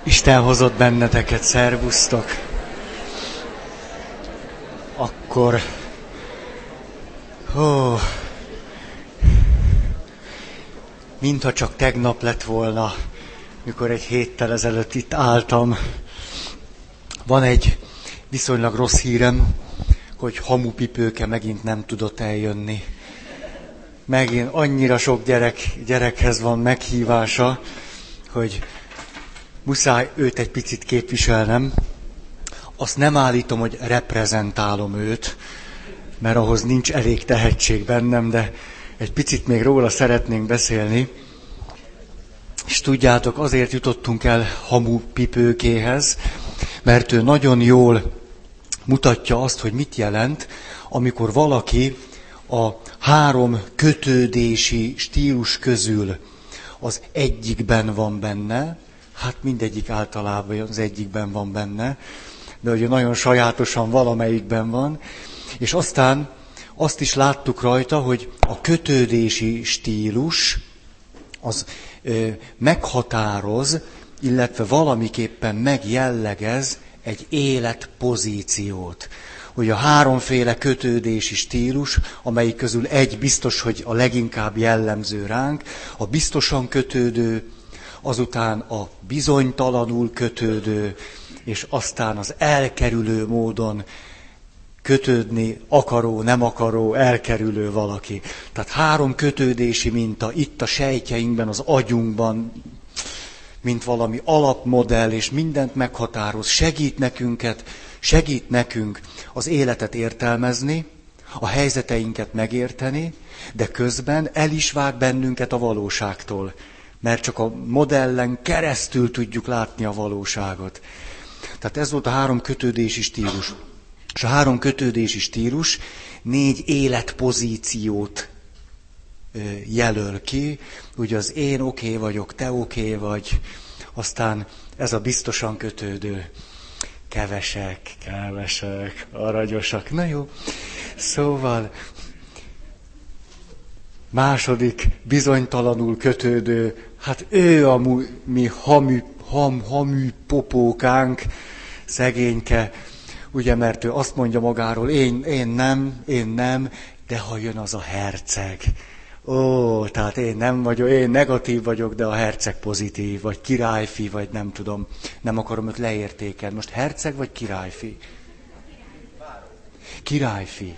Isten hozott benneteket, szervusztok! Akkor... mintha csak tegnap lett volna, mikor egy héttel ezelőtt itt álltam. Van egy viszonylag rossz hírem, hogy hamupipőke megint nem tudott eljönni. Megint annyira sok gyerekhez van meghívása, hogy muszáj őt egy picit képviselnem. Azt nem állítom, hogy reprezentálom őt, mert ahhoz nincs elég tehetség bennem, de egy picit még róla szeretnénk beszélni. És tudjátok, azért jutottunk el hamupipőkéhez, mert ő nagyon jól mutatja azt, hogy mit jelent, amikor valaki a 3 kötődési stílus közül az egyikben van benne, hát mindegyik általában az egyikben van benne, de ugye nagyon sajátosan valamelyikben van, és aztán azt is láttuk rajta, hogy a kötődési stílus az meghatároz, illetve valamiképpen megjellegez egy életpozíciót. Hogy a 3 kötődési stílus, amelyik közül egy biztos, hogy a leginkább jellemző ránk, a biztosan kötődő, azután a bizonytalanul kötődő, és aztán az elkerülő módon kötődni akaró, nem akaró, elkerülő valaki. Tehát 3 kötődési minta itt a sejtjeinkben, az agyunkban, mint valami alapmodell, és mindent meghatároz, segít nekünk az életet értelmezni, a helyzeteinket megérteni, de közben el is vág bennünket a valóságtól, mert csak a modellen keresztül tudjuk látni a valóságot. Tehát ez volt a 3 kötődési stílus. És a 3 kötődési stílus 4 életpozíciót jelöl ki. Ugye az én oké vagyok, te oké vagy, aztán ez a biztosan kötődő. Kevesek, aranyosak. Na jó, szóval második bizonytalanul kötődő, hát ő a mi hamű popókánk, szegényke, ugye, mert ő azt mondja magáról, én nem, de ha jön az a herceg. Tehát én nem vagyok, én negatív vagyok, de a herceg pozitív, vagy királyfi, vagy nem tudom, nem akarom őt leértékelni. Most herceg vagy királyfi? Királyfi.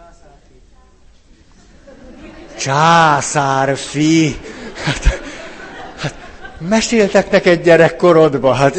Császárfi. Hát meséltek neked gyerekkorodba,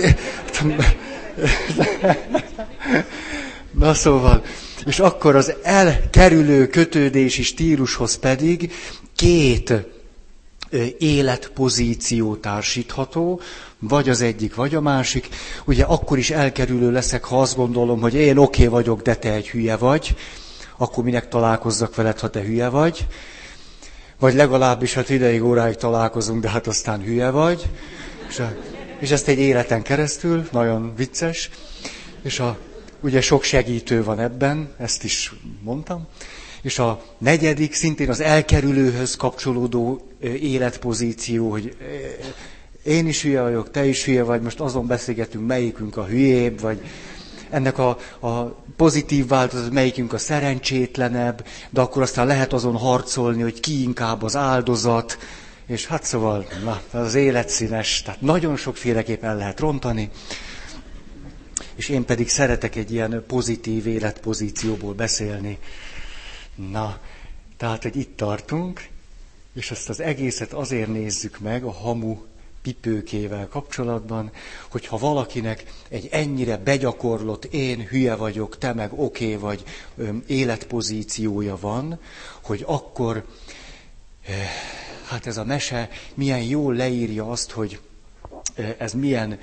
Na szóval, és akkor az elkerülő kötődési stílushoz pedig 2 életpozíció társítható, vagy az egyik, vagy a másik. Ugye akkor is elkerülő leszek, ha azt gondolom, hogy én oké vagyok, de te egy hülye vagy, akkor minek találkozzak veled, ha te hülye vagy. Vagy legalábbis, hát ideig, óráig találkozunk, de hát aztán hülye vagy. És ezt egy életen keresztül, nagyon vicces. És ugye sok segítő van ebben, ezt is mondtam. És a 4. szintén az elkerülőhöz kapcsolódó életpozíció, hogy én is hülye vagyok, te is hülye vagy, most azon beszélgetünk, melyikünk a hülyébb, vagy ennek a pozitív változat, melyikünk a szerencsétlenebb, de akkor aztán lehet azon harcolni, hogy ki inkább az áldozat, és hát szóval, az élet színes, tehát nagyon sokféleképp el lehet rontani. És én pedig szeretek egy ilyen pozitív életpozícióból beszélni. Na, tehát, hogy itt tartunk, és ezt az egészet azért nézzük meg a hamu pipőkével kapcsolatban, hogyha valakinek egy ennyire begyakorlott én hülye vagyok, te meg oké vagy életpozíciója van, hogy akkor, hát ez a mese milyen jól leírja azt, hogy ez milyen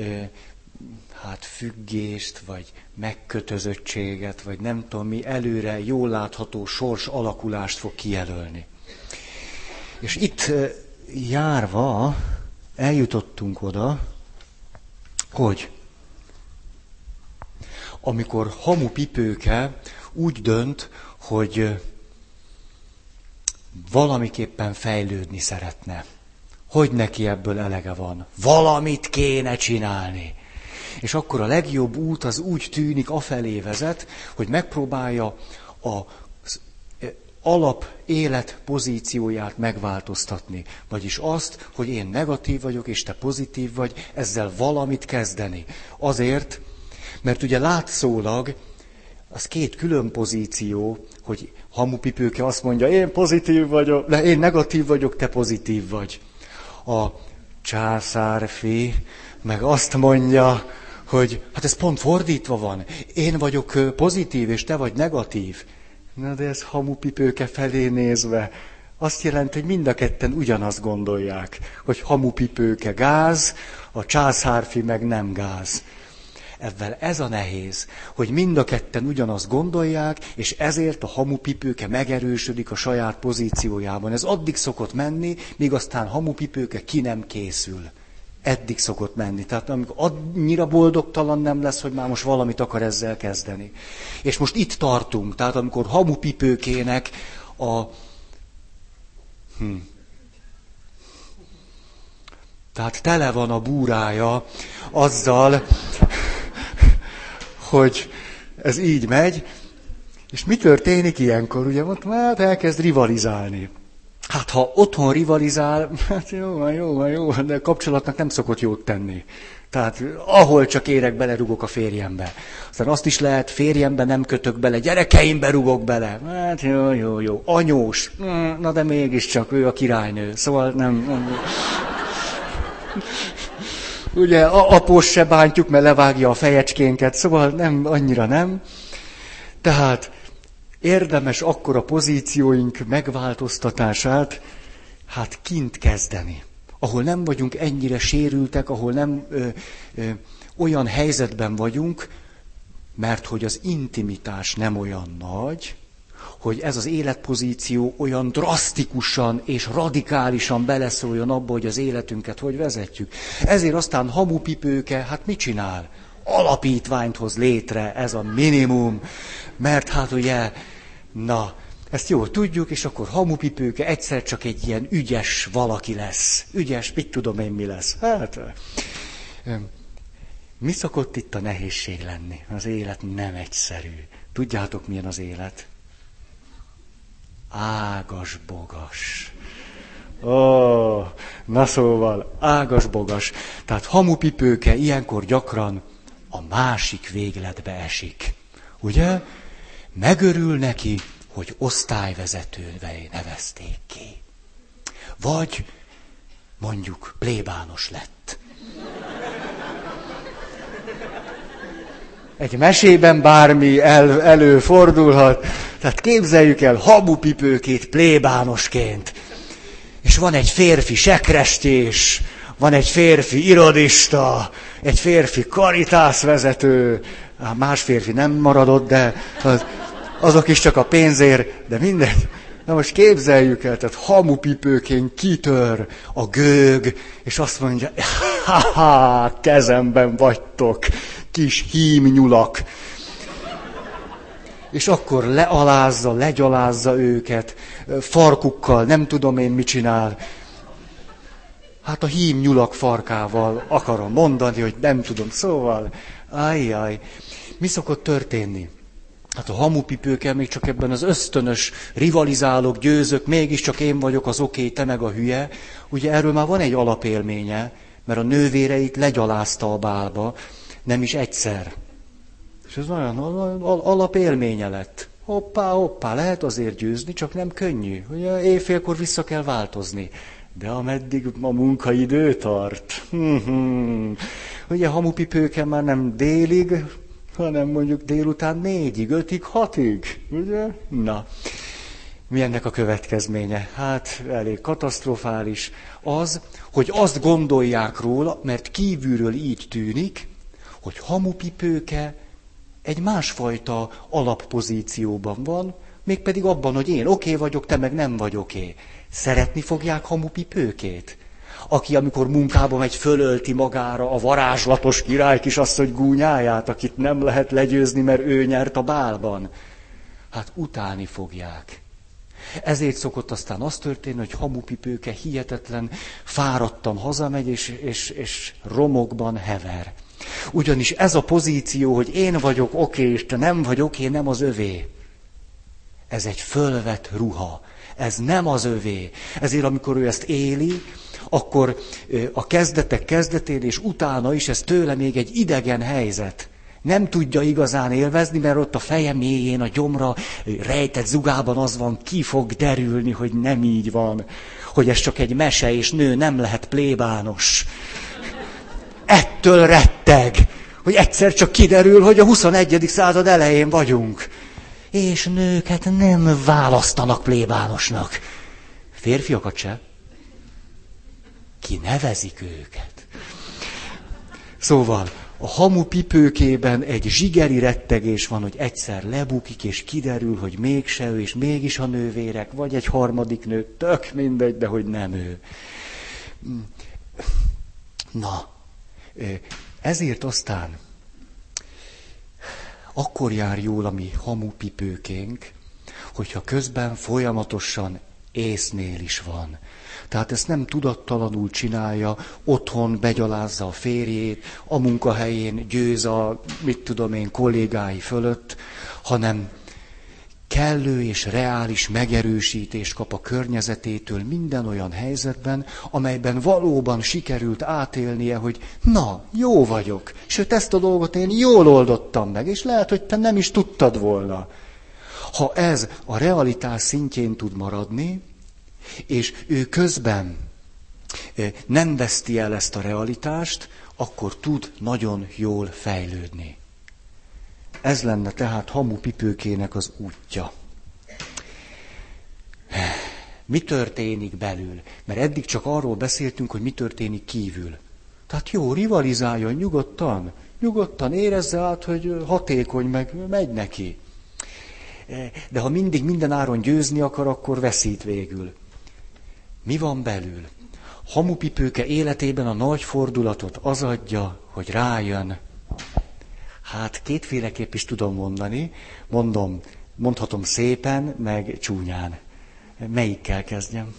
függést, vagy megkötözöttséget, vagy nem tudom mi, előre jól látható sors alakulást fog kijelölni. És itt járva eljutottunk oda, hogy amikor hamupipőke úgy dönt, hogy valamiképpen fejlődni szeretne, hogy neki ebből elege van. Valamit kéne csinálni. És akkor a legjobb út az úgy tűnik afelé vezet, hogy megpróbálja az alap élet pozícióját megváltoztatni. Vagyis azt, hogy én negatív vagyok, és te pozitív vagy, ezzel valamit kezdeni. Azért, mert ugye látszólag az két külön pozíció, hogy hamupipőke azt mondja, én pozitív vagyok, én negatív vagyok, te pozitív vagy. A császárfi meg azt mondja, hogy hát ez pont fordítva van. Én vagyok pozitív, és te vagy negatív. Na de ez hamupipőke felé nézve azt jelenti, hogy mind a ketten ugyanazt gondolják, hogy hamupipőke gáz, a császárfi meg nem gáz. Ezzel ez a nehéz, hogy mind a ketten ugyanazt gondolják, és ezért a hamupipőke megerősödik a saját pozíciójában. Ez addig szokott menni, míg aztán hamupipőke ki nem készül. Eddig szokott menni. Tehát amikor annyira boldogtalan nem lesz, hogy már most valamit akar ezzel kezdeni. És most itt tartunk, tehát amikor hamupipőkének tehát tele van a búrája azzal, hogy ez így megy, és mi történik ilyenkor? Ugye ott már elkezd rivalizálni. Hát ha otthon rivalizál, hát jó, de kapcsolatnak nem szokott jót tenni. Tehát ahol csak érek, belerugok a férjembe. Aztán azt is lehet, férjembe nem kötök bele, gyerekeimbe rugok bele. Hát jó, anyós, na de mégiscsak ő a királynő, szóval nem. Ugye após se bántjuk, mert levágja a fejecskénket, szóval nem, annyira nem. Tehát érdemes akkor a pozícióink megváltoztatását, hát kint kezdeni. Ahol nem vagyunk ennyire sérültek, ahol nem olyan helyzetben vagyunk, mert hogy az intimitás nem olyan nagy, hogy ez az életpozíció olyan drasztikusan és radikálisan beleszóljon abba, hogy az életünket hogy vezetjük. Ezért aztán hamupipőke, hát mit csinál? Alapítványt hoz létre, ez a minimum, mert hát ugye, na, ezt jól tudjuk, és akkor hamupipőke egyszer csak egy ilyen ügyes valaki lesz. Ügyes, mit tudom én mi lesz. Hát, mi szokott itt a nehézség lenni? Az élet nem egyszerű. Tudjátok, milyen az élet? Ágas-bogas. Na szóval, ágas-bogas. Tehát hamupipőke ilyenkor gyakran a másik végletbe esik. Ugye? Megörül neki, hogy osztályvezetővé nevezték ki. Vagy mondjuk plébános lett. Egy mesében bármi előfordulhat. Tehát képzeljük el hamupipőkét plébánosként. És van egy férfi sekrestjés, van egy férfi irodista, egy férfi karitászvezető, más férfi nem maradott, de azok is csak a pénzért, de mindegy. Na most képzeljük el, tehát hamupipőként kitör a gőg, és azt mondja, kezemben vagytok, kis hímnyulak. És akkor lealázza, legyalázza őket, farkukkal, nem tudom én mit csinál. Hát a hímnyulak farkával akarom mondani, hogy nem tudom, szóval, ajjaj. Mi szokott történni? Hát a hamupipőkkel még csak ebben az ösztönös, rivalizálok, győzök, mégiscsak én vagyok az oké, te meg a hülye. Ugye erről már van egy alapélménye, mert a nővéreit legyalázta a bálba, nem is egyszer. És ez nagyon alapélménye lett. Hoppá, lehet azért győzni, csak nem könnyű. Ugye éjfélkor vissza kell változni. De ameddig a munkaidő tart. Ugye hamupipőke már nem délig, hanem mondjuk délután 4-ig, 5-ig, 6-ig. Ugye? Na, mi ennek a következménye? Hát elég katasztrofális. Az, hogy azt gondolják róla, mert kívülről így tűnik, hogy hamupipőke egy másfajta alappozícióban van, mégpedig abban, hogy én oké vagyok, te meg nem vagy oké. Szeretni fogják hamupipőkét? Aki, amikor munkába megy, fölölti magára a varázslatos király kisasszony gúnyáját, akit nem lehet legyőzni, mert ő nyert a bálban. Hát utálni fogják. Ezért szokott aztán az történni, hogy hamupipőke hihetetlen, fáradtan hazamegy, és romokban hever. Ugyanis ez a pozíció, hogy én vagyok oké, és te nem vagy oké, nem az övé. Ez egy fölvett ruha. Ez nem az övé. Ezért amikor ő ezt éli, akkor a kezdetek kezdetén és utána is ez tőle még egy idegen helyzet. Nem tudja igazán élvezni, mert ott a feje mélyén, a gyomra rejtett zugában az van, ki fog derülni, hogy nem így van. Hogy ez csak egy mese, és nő nem lehet plébános. Ettől retteg, hogy egyszer csak kiderül, hogy a 21. század elején vagyunk. És nőket nem választanak plébánosnak. Férfiakat se. Kinevezik őket. Szóval a hamupipőkében egy zsigeri rettegés van, hogy egyszer lebukik, és kiderül, hogy mégse ő, és mégis a nővérek, vagy egy harmadik nő, tök mindegy, de hogy nem ő. Na, ezért aztán akkor jár jól a mi hamupipőkénk, hogyha közben folyamatosan észnél is van. Tehát ezt nem tudattalanul csinálja, otthon begyalázza a férjét, a munkahelyén győz a, kollégái fölött, hanem kellő és reális megerősítést kap a környezetétől minden olyan helyzetben, amelyben valóban sikerült átélnie, hogy na, jó vagyok, sőt ezt a dolgot én jól oldottam meg, és lehet, hogy te nem is tudtad volna. Ha ez a realitás szintjén tud maradni, és ő közben nem veszti el ezt a realitást, akkor tud nagyon jól fejlődni. Ez lenne tehát hamupipőkének az útja. Mi történik belül? Mert eddig csak arról beszéltünk, hogy mi történik kívül. Tehát jó, rivalizáljon nyugodtan érezze át, hogy hatékony, meg megy neki. De ha mindig minden áron győzni akar, akkor veszít végül. Mi van belül? Hamupipőke életében a nagy fordulatot az adja, hogy rájön. Hát kétféleképp is tudom mondani. Mondhatom szépen, meg csúnyán. Melyikkel kezdjem?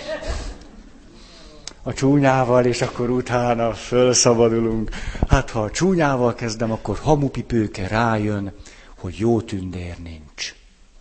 A csúnyával, és akkor utána fölszabadulunk. Hát ha a csúnyával kezdem, akkor hamupipőke rájön, hogy jó tündér nincs.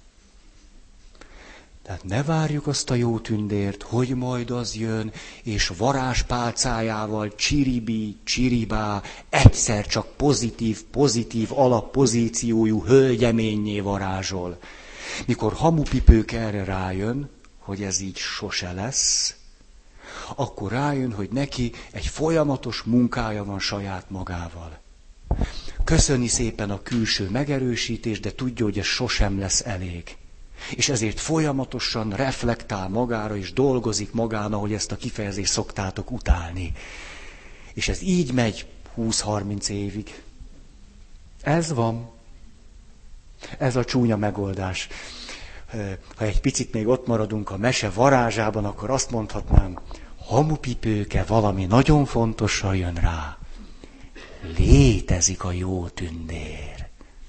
Tehát ne várjuk azt a jó tündért, hogy majd az jön, és varázspálcájával csiribá, egyszer csak pozitív alappozíciójú hölgyeményé varázsol. Mikor hamupipőke erre rájön, hogy ez így sose lesz, akkor rájön, hogy neki egy folyamatos munkája van saját magával. Köszöni szépen a külső megerősítést, de tudja, hogy ez sosem lesz elég. És ezért folyamatosan reflektál magára, és dolgozik magán, ahogy ezt a kifejezést szoktátok utálni. És ez így megy 20-30 évig. Ez van. Ez a csúnya megoldás. Ha egy picit még ott maradunk a mese varázsában, akkor azt mondhatnám, hamupipőke valami nagyon fontossal jön rá. Létezik a jó tündér.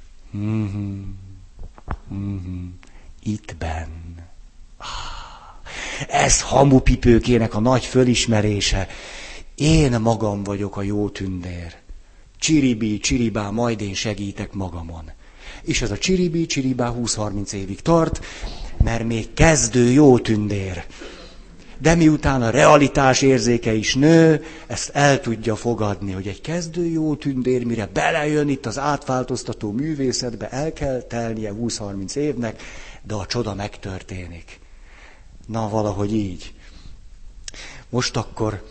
Itt benn. Ez hamupipőkének a nagy fölismerése. Én magam vagyok a jó tündér. Csiribá, majd én segítek magamon. És ez a csiribá 20-30 évig tart, mert még kezdő jó tündér. De miután a realitás érzéke is nő, ezt el tudja fogadni, hogy egy kezdő jó tündér, mire belejön itt az átváltoztató művészetbe, el kell telnie 20-30 évnek, de a csoda megtörténik. Na, valahogy így. Most akkor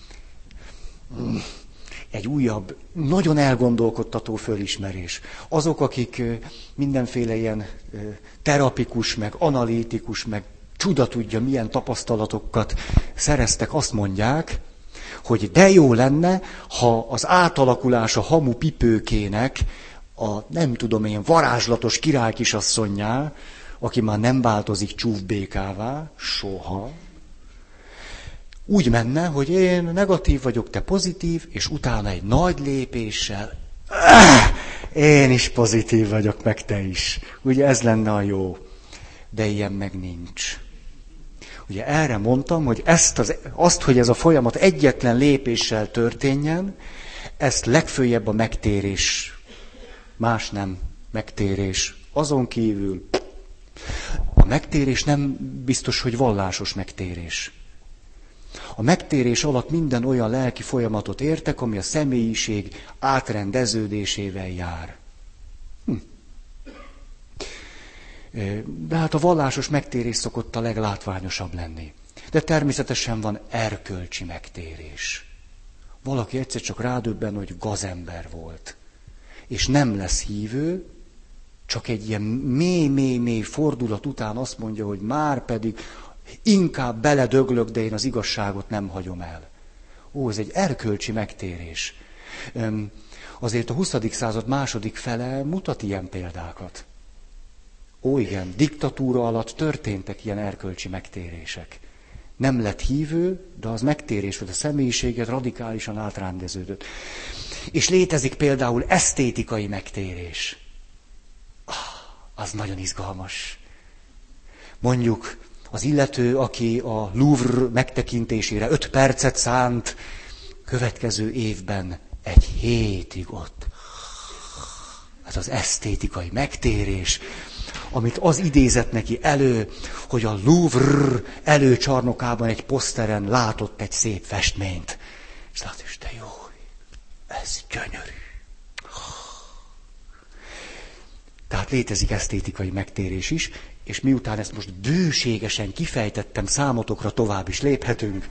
egy újabb, nagyon elgondolkodtató fölismerés. Azok, akik mindenféle ilyen terapikus, meg analitikus, meg csuda tudja, milyen tapasztalatokat szereztek, azt mondják, hogy de jó lenne, ha az átalakulás a hamupipőkének a varázslatos királykisasszonnyá, aki már nem változik csúfbékává, soha, úgy menne, hogy én negatív vagyok, te pozitív, és utána egy nagy lépéssel, én is pozitív vagyok, meg te is. Ugye ez lenne a jó. de ilyen meg nincs. Ugye erre mondtam, hogy azt, hogy ez a folyamat egyetlen lépéssel történjen, ezt legfőjebb a megtérés. Más nem megtérés. Azon kívül a megtérés nem biztos, hogy vallásos megtérés. A megtérés alatt minden olyan lelki folyamatot értek, ami a személyiség átrendeződésével jár. De hát a vallásos megtérés szokott a leglátványosabb lenni. De természetesen van erkölcsi megtérés. Valaki egyszer csak rádöbben, hogy gazember volt. És nem lesz hívő, csak egy ilyen mély fordulat után azt mondja, hogy már pedig inkább beledöglök, de én az igazságot nem hagyom el. Ez egy erkölcsi megtérés. Azért a 20. század második fele mutat ilyen példákat. Igen, diktatúra alatt történtek ilyen erkölcsi megtérések. Nem lett hívő, de az megtérés volt, a személyiséget radikálisan átrendeződött. És létezik például esztétikai megtérés. Az nagyon izgalmas. Mondjuk az illető, aki a Louvre megtekintésére 5 percet szánt, következő évben egy hétig ott. Ez az esztétikai megtérés, amit az idézett neki elő, hogy a Louvre előcsarnokában egy poszteren látott egy szép festményt. És látod, és de jó, ez gyönyörű. Tehát létezik esztétikai megtérés is, és miután ezt most bőségesen kifejtettem számotokra, tovább is léphetünk.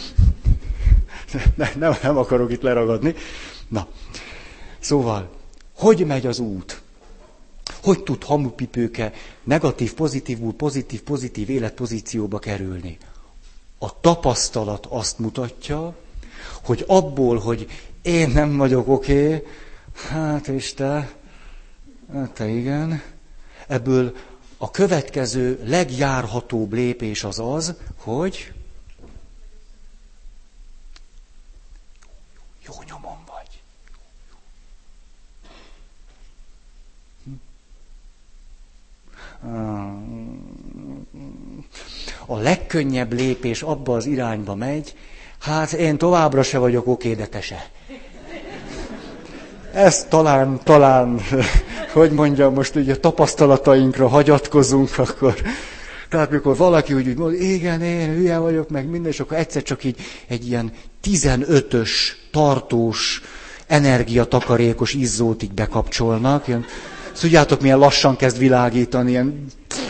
Nem akarok itt leragadni. Na, szóval, hogy megy az út? Hogy tud hamupipőke negatív, pozitívból pozitív életpozícióba kerülni? A tapasztalat azt mutatja, hogy abból, hogy én nem vagyok oké, hát és te igen, ebből a következő legjárhatóbb lépés az, hogy jó nyomon vagy. A legkönnyebb lépés abba az irányba megy, hát én továbbra se vagyok oké, de te se. Ez talán, hogy mondjam, most ugye tapasztalatainkra hagyatkozunk, akkor... Tehát mikor valaki úgy mond, igen, én hülye vagyok, meg minden, és akkor egyszer csak így egy ilyen 15-ös, tartós, energiatakarékos izzót így bekapcsolnak. Ilyen, tudjátok, milyen lassan kezd világítani, ilyen...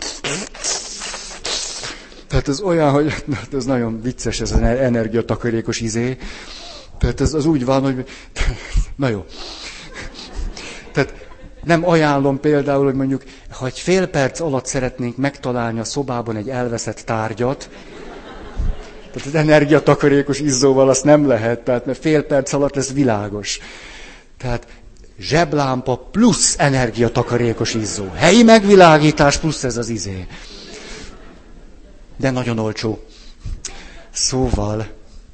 Tehát ez olyan, hogy ez nagyon vicces, ez az energiatakarékos izé. Tehát ez az úgy van, hogy... Na jó. Tehát nem ajánlom például, hogy mondjuk, ha egy fél perc alatt szeretnénk megtalálni a szobában egy elveszett tárgyat, tehát az energiatakarékos izzóval azt nem lehet, tehát mert fél perc alatt ez világos. Tehát zseblámpa plusz energiatakarékos izzó. Helyi megvilágítás plusz ez az izé. De nagyon olcsó. Szóval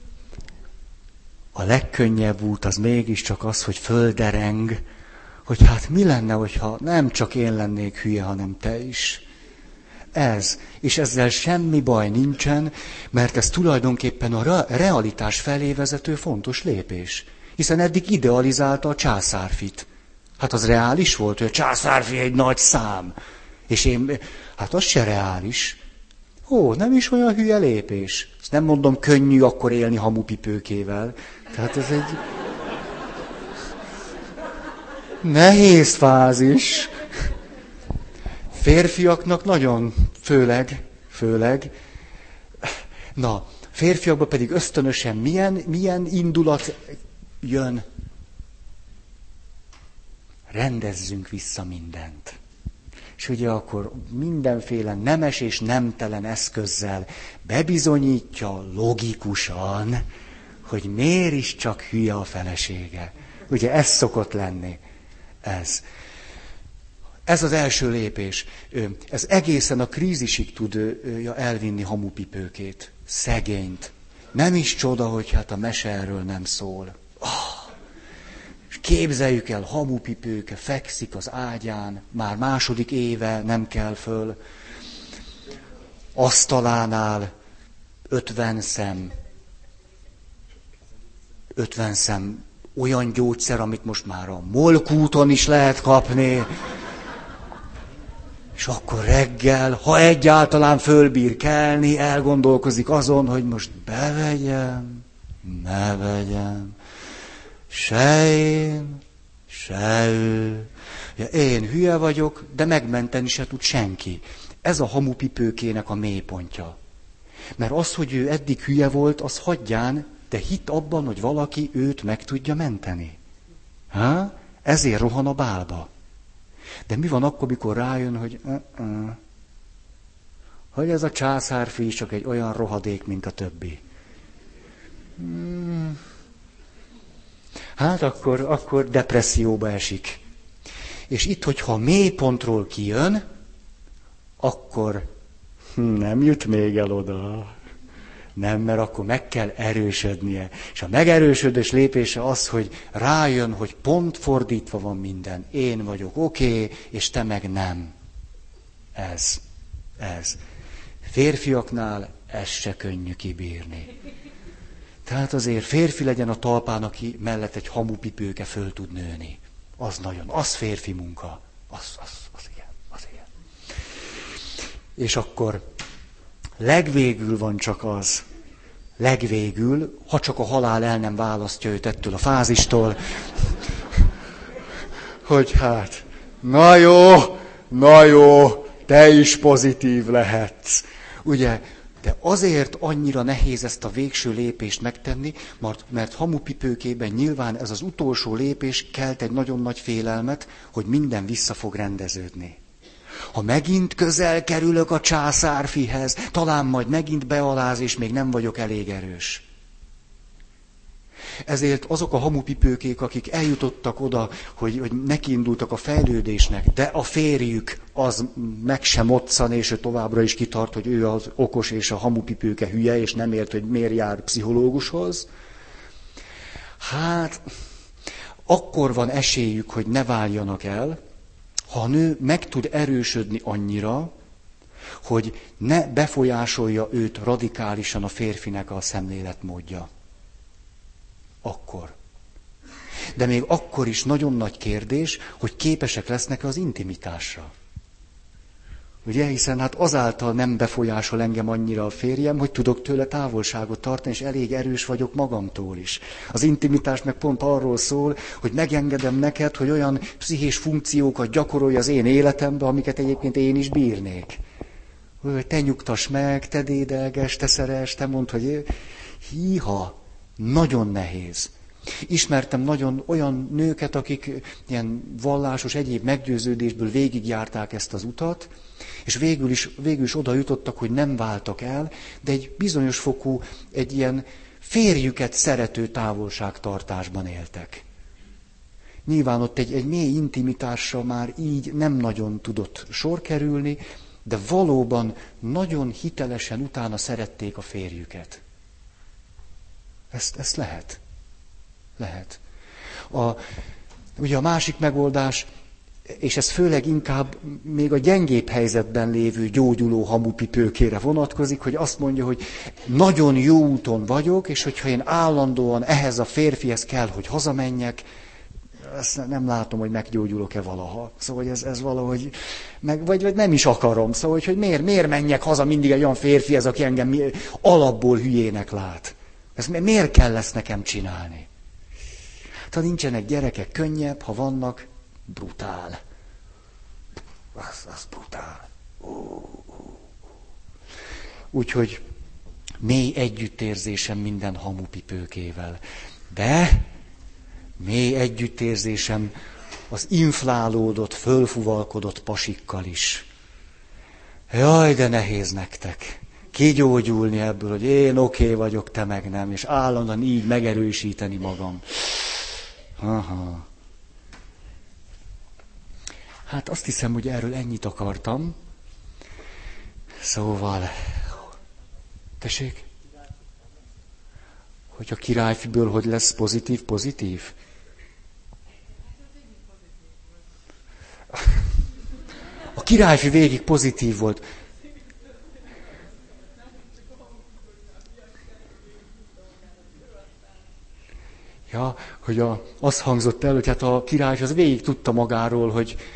a legkönnyebb út az mégiscsak az, hogy földereng, hogy hát mi lenne, hogyha nem csak én lennék hülye, hanem te is. Ez. És ezzel semmi baj nincsen, mert ez tulajdonképpen a realitás felé vezető fontos lépés. Hiszen eddig idealizálta a császárfit. Hát az reális volt, hogy a császárfi egy nagy szám. És hát az se reális. Nem is olyan hülye lépés. Ezt nem mondom, könnyű akkor élni hamupipőkével. Tehát ez egy nehéz fázis. Férfiaknak nagyon, főleg. Na, férfiakban pedig ösztönösen milyen indulat jön? Rendezzünk vissza mindent. És ugye akkor mindenféle nemes és nemtelen eszközzel bebizonyítja logikusan, hogy miért is csak hülye a felesége. Ugye ez szokott lenni. Ez az első lépés. Ez egészen a krízisig tudja elvinni hamupipőkét. Szegényt. Nem is csoda, hogy hát a mese erről nem szól. És képzeljük el, hamupipőke fekszik az ágyán, már második éve nem kell föl. asztalánál 50 szem olyan gyógyszer, amit most már a Molkúton is lehet kapni. És akkor reggel, ha egyáltalán fölbír kelni, elgondolkozik azon, hogy most bevegyem, ne vegyem. Se én, se ő. Én hülye vagyok, de megmenteni se tud senki. Ez a hamupipőkének a mélypontja. Mert az, hogy ő eddig hülye volt, az hagyján, de hitt abban, hogy valaki őt meg tudja menteni. Ezért rohan a bálba. De mi van akkor, mikor rájön, hogy ez a császárfi is csak egy olyan rohadék, mint a többi. Hát akkor depresszióba esik. És itt, hogyha a mélypontról kijön, akkor nem jut még el oda. Nem, mert akkor meg kell erősödnie. És a megerősödés lépése az, hogy rájön, hogy pont fordítva van minden. Én vagyok oké, és te meg nem. Ez. Férfiaknál ez se könnyű kibírni. Tehát azért férfi legyen a talpán, aki mellett egy hamupipőke föl tud nőni. Az férfi munka. Az igen. És akkor legvégül van csak az, ha csak a halál el nem választja őt ettől a fázistól, hogy hát, na jó, te is pozitív lehetsz. Ugye, de azért annyira nehéz ezt a végső lépést megtenni, mert hamupipőkében nyilván ez az utolsó lépés kelt egy nagyon nagy félelmet, hogy minden vissza fog rendeződni. Ha megint közel kerülök a császárfihez, talán majd megint bealáz, és még nem vagyok elég erős. Ezért azok a hamupipőkék, akik eljutottak oda, hogy nekiindultak a fejlődésnek, de a férjük az meg sem moccan, és ő továbbra is kitart, hogy ő az okos és a hamupipőke hülye, és nem ért, hogy miért jár pszichológushoz. Hát, akkor van esélyük, hogy ne váljanak el, ha a nő meg tud erősödni annyira, hogy ne befolyásolja őt radikálisan a férfinek a szemléletmódja. Akkor. De még akkor is nagyon nagy kérdés, hogy képesek lesznek az intimitásra. Ugye, hiszen hát azáltal nem befolyásol engem annyira a férjem, hogy tudok tőle távolságot tartani, és elég erős vagyok magamtól is. Az intimitás meg pont arról szól, hogy megengedem neked, hogy olyan pszichés funkciókat gyakorolj az én életembe, amiket egyébként én is bírnék. Hogy te nyugtass meg, te dédelges, te szeress, te mondd, hogy híha, nagyon nehéz. Ismertem nagyon olyan nőket, akik ilyen vallásos egyéb meggyőződésből végigjárták ezt az utat, és végül is oda jutottak, hogy nem váltak el, de egy bizonyos fokú, egy ilyen férjüket szerető távolságtartásban éltek. Nyilván ott egy mély intimitásra már így nem nagyon tudott sor kerülni, de valóban nagyon hitelesen utána szerették a férjüket. Ezt lehet. Lehet. Ugye a másik megoldás, és ez főleg inkább még a gyengébb helyzetben lévő gyógyuló hamupipőkére vonatkozik, hogy azt mondja, hogy nagyon jó úton vagyok, és hogyha én állandóan ehhez a férfihez kell, hogy hazamenjek, ezt nem látom, hogy meggyógyulok-e valaha. Szóval hogy ez valahogy, vagy nem is akarom. Szóval hogy miért menjek haza mindig egy olyan férfihez, aki engem alapból hülyének lát. Miért kell ezt nekem csinálni? Ha nincsenek gyerekek, könnyebb, ha vannak, brutál. Az brutál. Úgyhogy mély együttérzésem minden hamupipőkével. De mély együttérzésem az inflálódott, fölfuvalkodott pasikkal is. Jaj, de nehéz nektek kigyógyulni ebből, hogy én oké vagyok, te meg nem, és állandóan így megerősíteni magam. Aha. Hát azt hiszem, hogy erről ennyit akartam. Szóval... Tessék? Hogy a királyfiből hogy lesz pozitív? A királyfi végig pozitív volt. hogy az hangzott el, hogy hát a király az végig tudta magáról,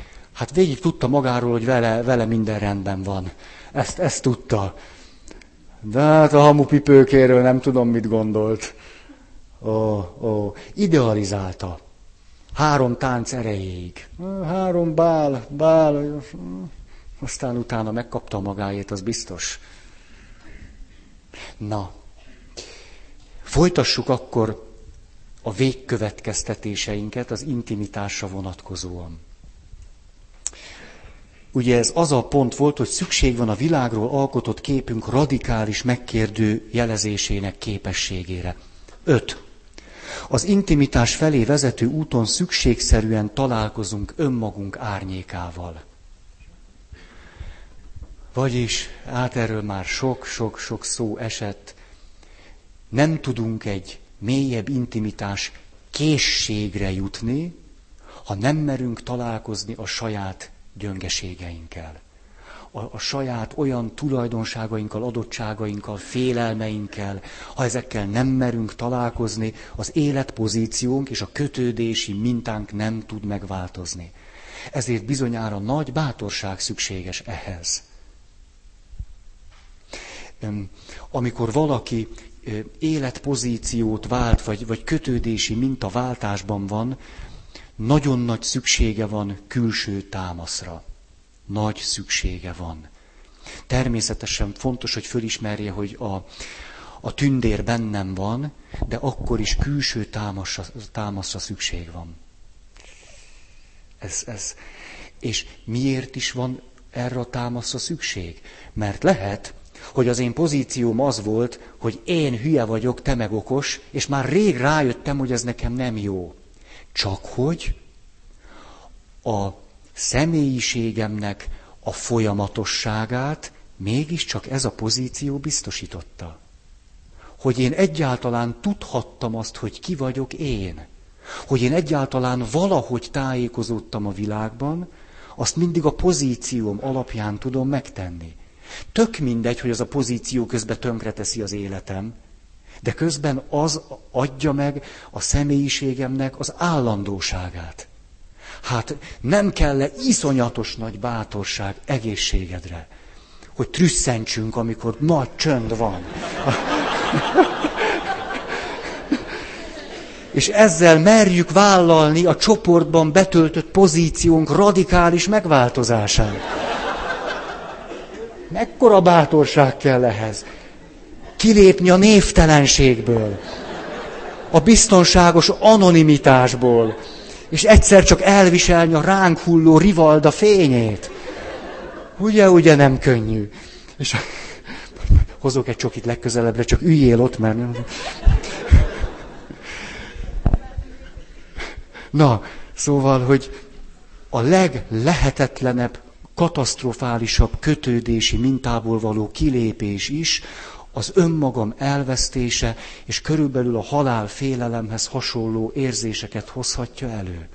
hogy vele minden rendben van. Ezt tudta. De hát a hamupipőkéről nem tudom, mit gondolt. Idealizálta. 3 tánc erejéig. 3 bál, aztán utána megkapta magáét, az biztos. Na, folytassuk akkor a végkövetkeztetéseinket az intimitásra vonatkozóan. Ugye ez az a pont volt, hogy szükség van a világról alkotott képünk radikális megkérdő jelezésének képességére. 5. Az intimitás felé vezető úton szükségszerűen találkozunk önmagunk árnyékával. Vagyis, erről már sok szó esett, nem tudunk egy mélyebb intimitás készségre jutni, ha nem merünk találkozni a saját gyöngeségeinkkel. A saját olyan tulajdonságainkkal, adottságainkkal, félelmeinkkel, ha ezekkel nem merünk találkozni, az életpozíciónk és a kötődési mintánk nem tud megváltozni. Ezért bizonyára nagy bátorság szükséges ehhez. Amikor valaki életpozíciót vált, vagy kötődési mintaváltásban van, nagyon nagy szüksége van külső támaszra. Nagy szüksége van. Természetesen fontos, hogy fölismerje, hogy a tündér bennem van, de akkor is külső támaszra szükség van. És miért is van erre a támaszra szükség? Mert lehet, hogy az én pozícióm az volt, hogy én hülye vagyok, te meg okos, és már rég rájöttem, hogy ez nekem nem jó. Csak hogy a személyiségemnek a folyamatosságát mégiscsak ez a pozíció biztosította. Hogy én egyáltalán tudhattam azt, hogy ki vagyok én. Hogy én egyáltalán valahogy tájékozódtam a világban, azt mindig a pozícióm alapján tudom megtenni. Tök mindegy, hogy az a pozíció közben tönkreteszi az életem, de közben az adja meg a személyiségemnek az állandóságát. Hát nem kell-e iszonyatos nagy bátorság egészségedre, hogy trüsszentsünk, amikor nagy csönd van. És ezzel merjük vállalni a csoportban betöltött pozíciónk radikális megváltozását. Mekkora bátorság kell ehhez? Kilépni a névtelenségből, a biztonságos anonimitásból, és egyszer csak elviselni a ránk hulló rivalda fényét. Ugye nem könnyű. És hozok egy csokit legközelebbre, csak üljél ott, mert... Na, szóval, hogy a leglehetetlenebb, katasztrofálisabb kötődési mintából való kilépés is az önmagam elvesztése, és körülbelül a halál félelemhez hasonló érzéseket hozhatja elő.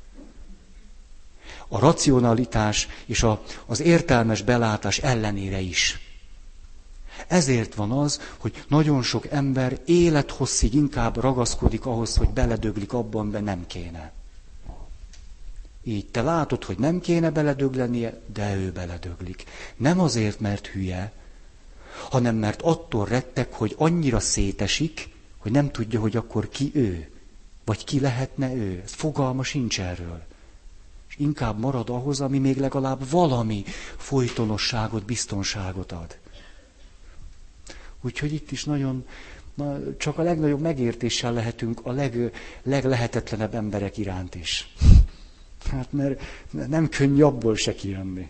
A racionalitás és az értelmes belátás ellenére is. Ezért van az, hogy nagyon sok ember élethosszig inkább ragaszkodik ahhoz, hogy beledöglik abban, de nem kéne. Így te látod, hogy nem kéne beledöglenie, de ő beledöglik. Nem azért, mert hülye, hanem mert attól rettek, hogy annyira szétesik, hogy nem tudja, hogy akkor ki ő, vagy ki lehetne ő. Fogalma sincs erről. És inkább marad ahhoz, ami még legalább valami folytonosságot, biztonságot ad. Úgyhogy itt is csak a legnagyobb megértéssel lehetünk a leglehetetlenebb emberek iránt is. Hát mert nem könnyű abból se kijönni.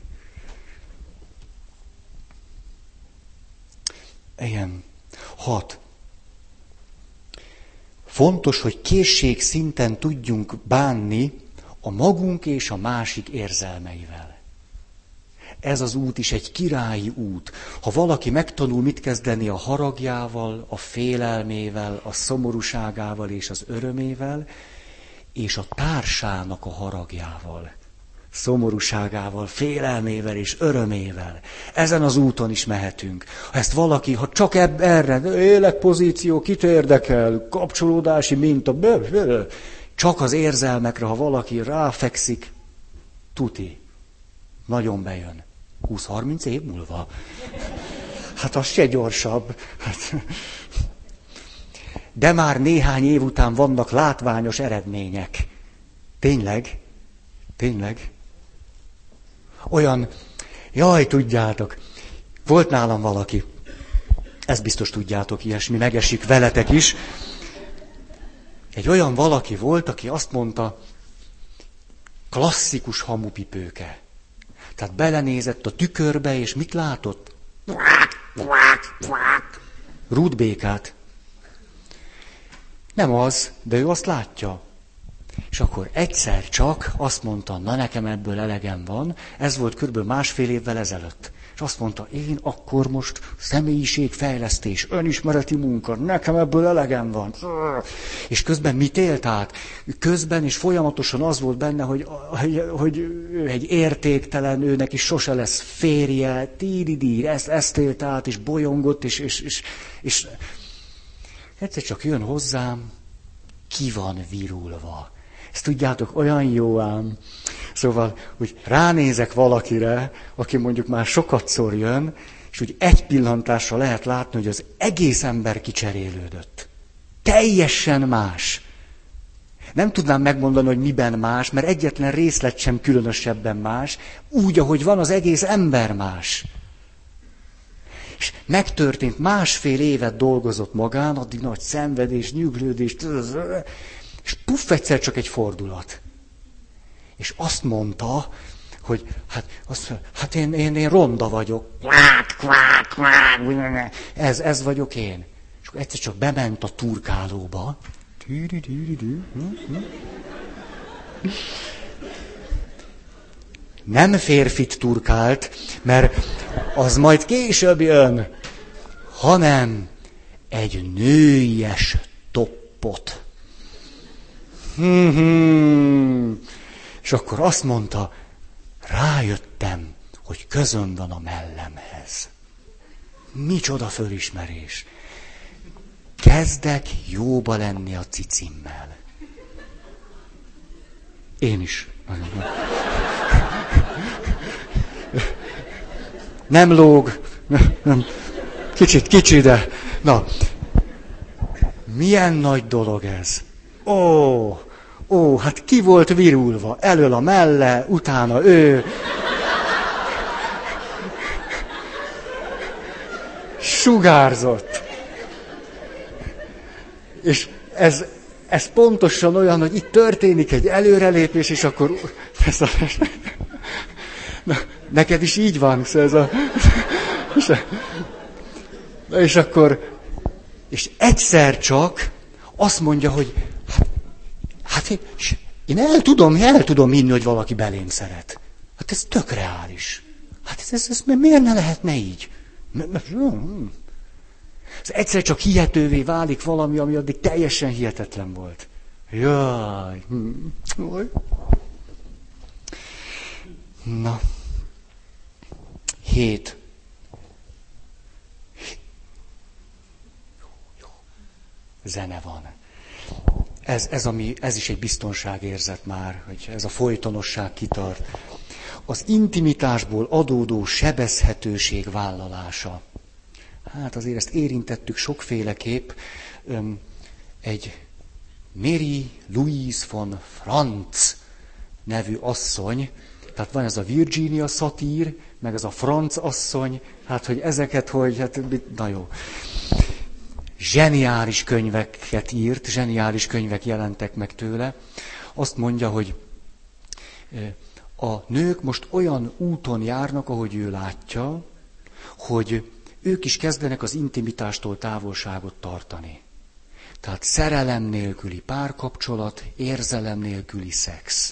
Igen. 6. Fontos, hogy készségszinten tudjunk bánni a magunk és a másik érzelmeivel. Ez az út is egy királyi út. Ha valaki megtanul mit kezdeni a haragjával, a félelmével, a szomorúságával és az örömével, és a társának a haragjával, szomorúságával, félelmével és örömével. Ezen az úton is mehetünk. Ha ezt valaki, ha csak erre, életpozíció, kit érdekel, kapcsolódási minta, Csak az érzelmekre, ha valaki ráfekszik, tuti. Nagyon bejön. 20-30 év múlva. Hát az se gyorsabb. De már néhány év után vannak látványos eredmények. Tényleg? Tényleg? Olyan, jaj, tudjátok, volt nálam valaki, ezt biztos tudjátok, ilyesmi megesik veletek is. Egy olyan valaki volt, aki azt mondta, klasszikus hamupipőke. Tehát belenézett a tükörbe, és mit látott? Rúdbékát. Nem az, de ő azt látja. És akkor egyszer csak azt mondta, na nekem ebből elegem van, ez volt körülbelül 1,5 évvel ezelőtt. És azt mondta, én akkor most személyiségfejlesztés, önismereti munka, nekem ebből elegem van. És közben mit élt át? Közben és folyamatosan az volt benne, hogy ő egy értéktelen, őnek is sose lesz férje, ezt élt át, és bolyongott, és egyszer csak jön hozzám, ki van virulva. Ezt tudjátok, olyan jó ám. Szóval, hogy ránézek valakire, aki mondjuk már sokatszor jön, és úgy egy pillantásra lehet látni, hogy az egész ember kicserélődött. Teljesen más. Nem tudnám megmondani, hogy miben más, mert egyetlen részlet sem különösebben más, úgy, ahogy van, az egész ember más. És megtörtént, 1,5 évet dolgozott magán, addig nagy szenvedés, nyüglődés, és puff, egyszer csak egy fordulat. És azt mondta, hogy hát én ronda vagyok. Ez vagyok én. És akkor egyszer csak bement a turkálóba. Nem férfit turkált, mert az majd később jön, hanem egy nőies toppot. És akkor azt mondta, rájöttem, hogy közöm van a mellemhez. Micsoda fölismerés. Kezdek jóba lenni a cicimmel. Én is. Nem lóg. Nem. Kicsi, de... Na. Milyen nagy dolog ez. Ó, hát ki volt virulva? Elől a melle, utána ő. Sugárzott. És ez pontosan olyan, hogy itt történik egy előrelépés, és akkor... Na, neked is így van, ez a... És akkor... És egyszer csak azt mondja, hogy hát én el tudom hinni, hogy valaki belém szeret. Hát ez tök reális. Hát ez miért ne lehetne így? Ez egyszer csak hihetővé válik valami, ami addig teljesen hihetetlen volt. Jaj. Na. 7. Zene van. Ez is egy biztonságérzet már, hogy ez a folytonosság kitart. Az intimitásból adódó sebezhetőség vállalása. Hát azért ezt érintettük sokféleképp. Egy Mary Louise von Franz nevű asszony, tehát van ez a Virginia szatír, meg ez a Franz asszony, hát hogy ezeket, na jó. Zseniális könyveket írt, zseniális könyvek jelentek meg tőle. Azt mondja, hogy a nők most olyan úton járnak, ahogy ő látja, hogy ők is kezdenek az intimitástól távolságot tartani. Tehát szerelem nélküli párkapcsolat, érzelem nélküli szex.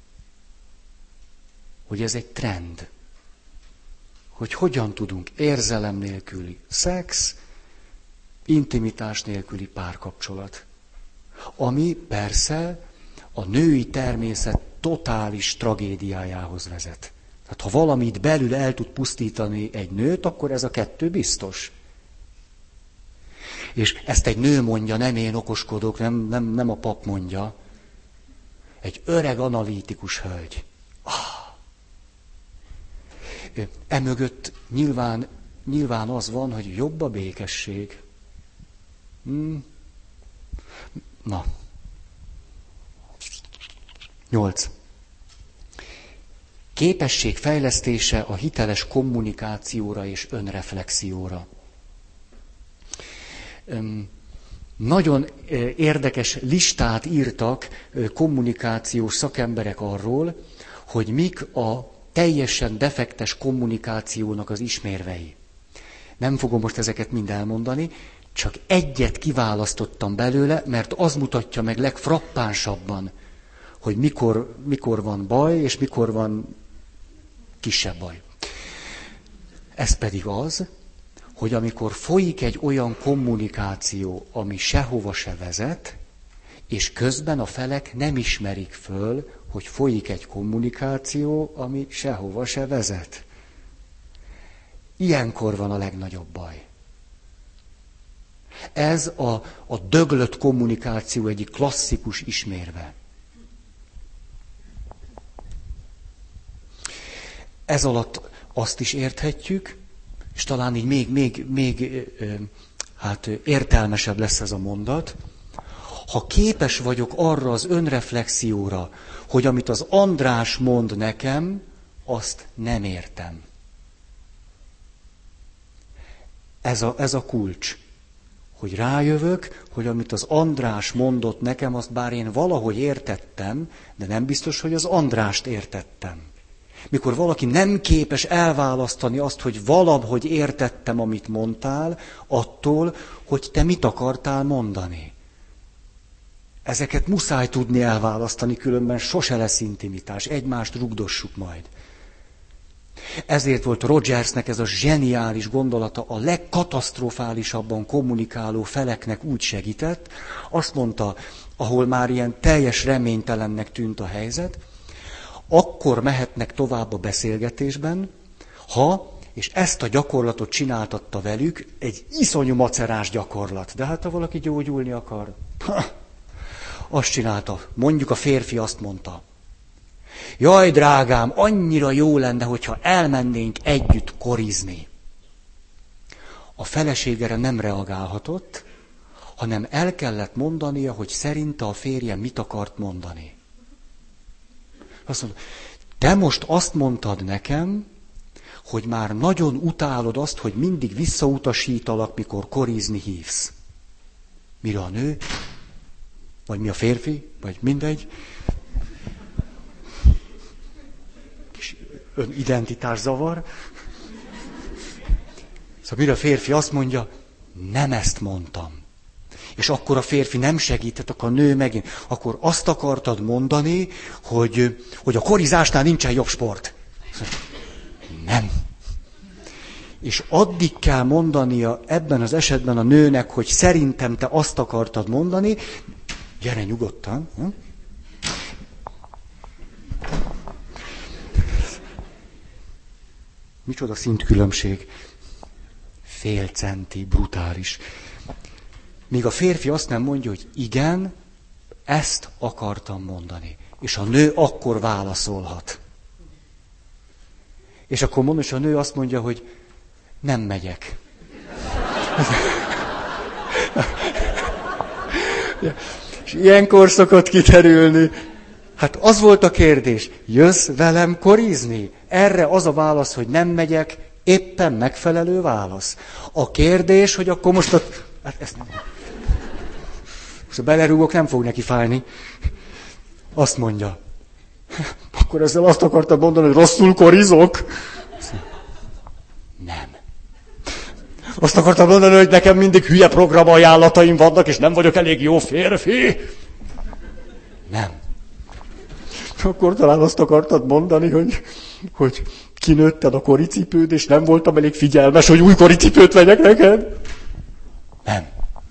Hogy ez egy trend. Hogy hogyan tudunk érzelem nélküli szex, intimitás nélküli párkapcsolat. Ami persze a női természet totális tragédiájához vezet. Tehát ha valamit belül el tud pusztítani egy nőt, akkor ez a kettő biztos. És ezt egy nő mondja, nem én okoskodok, nem a pap mondja. Egy öreg analitikus hölgy. Emögött nyilván az van, hogy jobb a békesség. Na. 8. Képesség fejlesztése a hiteles kommunikációra és önreflexióra. Nagyon érdekes listát írtak kommunikációs szakemberek arról, hogy mik a teljesen defektes kommunikációnak az ismérvei. Nem fogom most ezeket mind elmondani, csak egyet kiválasztottam belőle, mert az mutatja meg legfrappánsabban, hogy mikor van baj, és mikor van kisebb baj. Ez pedig az, hogy amikor folyik egy olyan kommunikáció, ami sehova se vezet, és közben a felek nem ismerik föl, hogy folyik egy kommunikáció, ami sehova se vezet. Ilyenkor van a legnagyobb baj. Ez a döglött kommunikáció egyik klasszikus ismérve. Ez alatt azt is érthetjük, és talán így még értelmesebb lesz ez a mondat, ha képes vagyok arra az önreflexióra, hogy amit az András mond nekem, azt nem értem. Ez a kulcs. Hogy rájövök, hogy amit az András mondott nekem, azt bár én valahogy értettem, de nem biztos, hogy az Andrást értettem. Mikor valaki nem képes elválasztani azt, hogy valahogy értettem, amit mondtál, attól, hogy te mit akartál mondani. Ezeket muszáj tudni elválasztani, különben sose lesz intimitás, egymást rugdossuk majd. Ezért volt Rogersnek ez a zseniális gondolata, a legkatasztrofálisabban kommunikáló feleknek úgy segített, azt mondta, ahol már ilyen teljes reménytelennek tűnt a helyzet, akkor mehetnek tovább a beszélgetésben, és ezt a gyakorlatot csináltatta velük, egy iszonyú macerás gyakorlat. De hát ha valaki gyógyulni akar, azt csinálta. Mondjuk a férfi azt mondta, jaj, drágám, annyira jó lenne, hogyha elmennénk együtt korizni. A feleségére nem reagálhatott, hanem el kellett mondania, hogy szerinte a férje mit akart mondani. Azt mondta, te most azt mondtad nekem, hogy már nagyon utálod azt, hogy mindig visszautasítalak, mikor korizni hívsz. Mire a nő, vagy mi a férfi, vagy mindegy, kis önidentitászavar. Szóval mire a férfi azt mondja, nem ezt mondtam. És akkor a férfi nem segített, akkor a nő megint. Akkor azt akartad mondani, hogy a korizásnál nincsen jobb sport. Nem. És addig kell mondania ebben az esetben a nőnek, hogy szerintem te azt akartad mondani, gyere nyugodtan. Micsoda szintkülönbség. Fél centi, brutális. Míg a férfi azt nem mondja, hogy igen, ezt akartam mondani. És a nő akkor válaszolhat. És akkor mondom, és a nő azt mondja, hogy nem megyek. És ilyenkor szokott kiterülni. Hát az volt a kérdés, jössz velem korizni? Erre az a válasz, hogy nem megyek, éppen megfelelő válasz. A kérdés, hogy akkor most hát ezt nem... Most a belerúgok, nem fog neki fájni. Azt mondja. Akkor ezzel azt akartad mondani, hogy rosszul korizok? Nem. Azt akartad mondani, hogy nekem mindig hülye programajánlataim vannak, és nem vagyok elég jó férfi? Nem. Akkor talán azt akartad mondani, hogy kinőtted a koricipőd, és nem voltam elég figyelmes, hogy új koricipőt vegyek neked? Nem.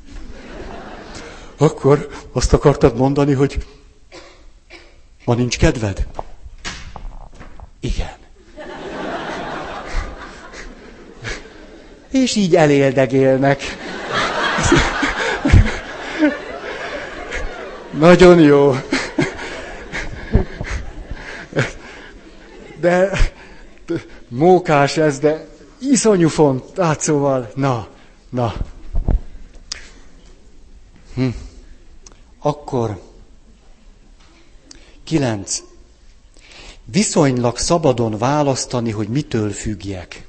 Akkor azt akartad mondani, hogy ma nincs kedved? Igen. És így eléldegélnek. Nagyon jó. de mókás ez, de iszonyú font. Tehát szóval, na. Akkor 9. Viszonylag szabadon választani, hogy mitől függjek.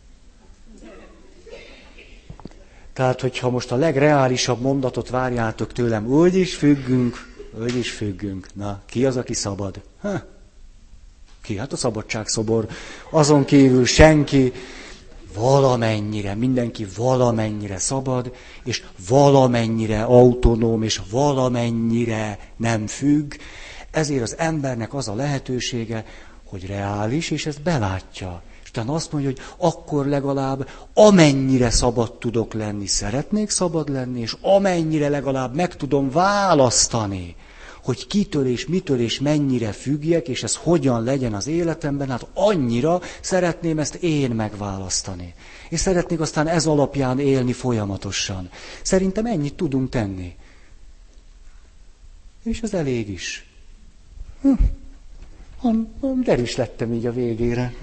Tehát, hogyha most a legreálisabb mondatot várjátok tőlem, úgy is függünk. Na, ki az, aki szabad? Ki? Hát a szabadságszobor. Azon kívül senki. Valamennyire, mindenki valamennyire szabad, és valamennyire autonóm, és valamennyire nem függ. Ezért az embernek az a lehetősége, hogy reális, és ezt belátja. És utána azt mondja, hogy akkor legalább amennyire szabad tudok lenni, szeretnék szabad lenni, és amennyire legalább meg tudom választani, hogy kitől és mitől és mennyire függjek, és ez hogyan legyen az életemben, hát annyira szeretném ezt én megválasztani. És szeretnék aztán ez alapján élni folyamatosan. Szerintem ennyit tudunk tenni. És ez elég is. Derűs lettem így a végére.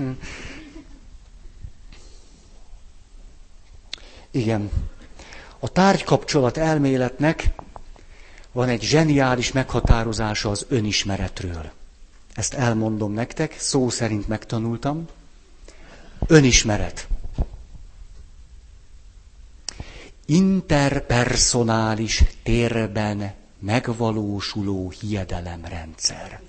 Igen. A tárgykapcsolat elméletnek van egy zseniális meghatározása az önismeretről. Ezt elmondom nektek, szó szerint megtanultam. Önismeret. Interpersonális térben megvalósuló hiedelemrendszer.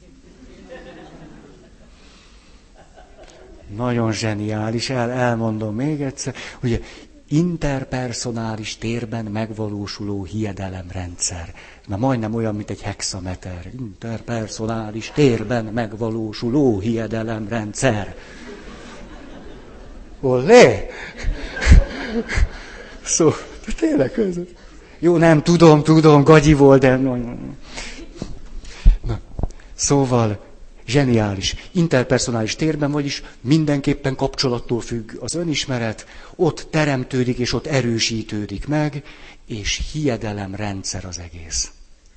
Nagyon zseniális, elmondom még egyszer. Ugye, interpersonális térben megvalósuló hiedelemrendszer. Na majdnem olyan, mint egy hexameter. Interpersonális térben megvalósuló hiedelemrendszer. Ollé! Szó, tényleg ez. Jó, nem, tudom, gagyi volt, de... Na, szóval... Zseniális. Interpersonális térben, vagyis mindenképpen kapcsolattól függ az önismeret, ott teremtődik és ott erősítődik meg, és hiedelemrendszer az egész.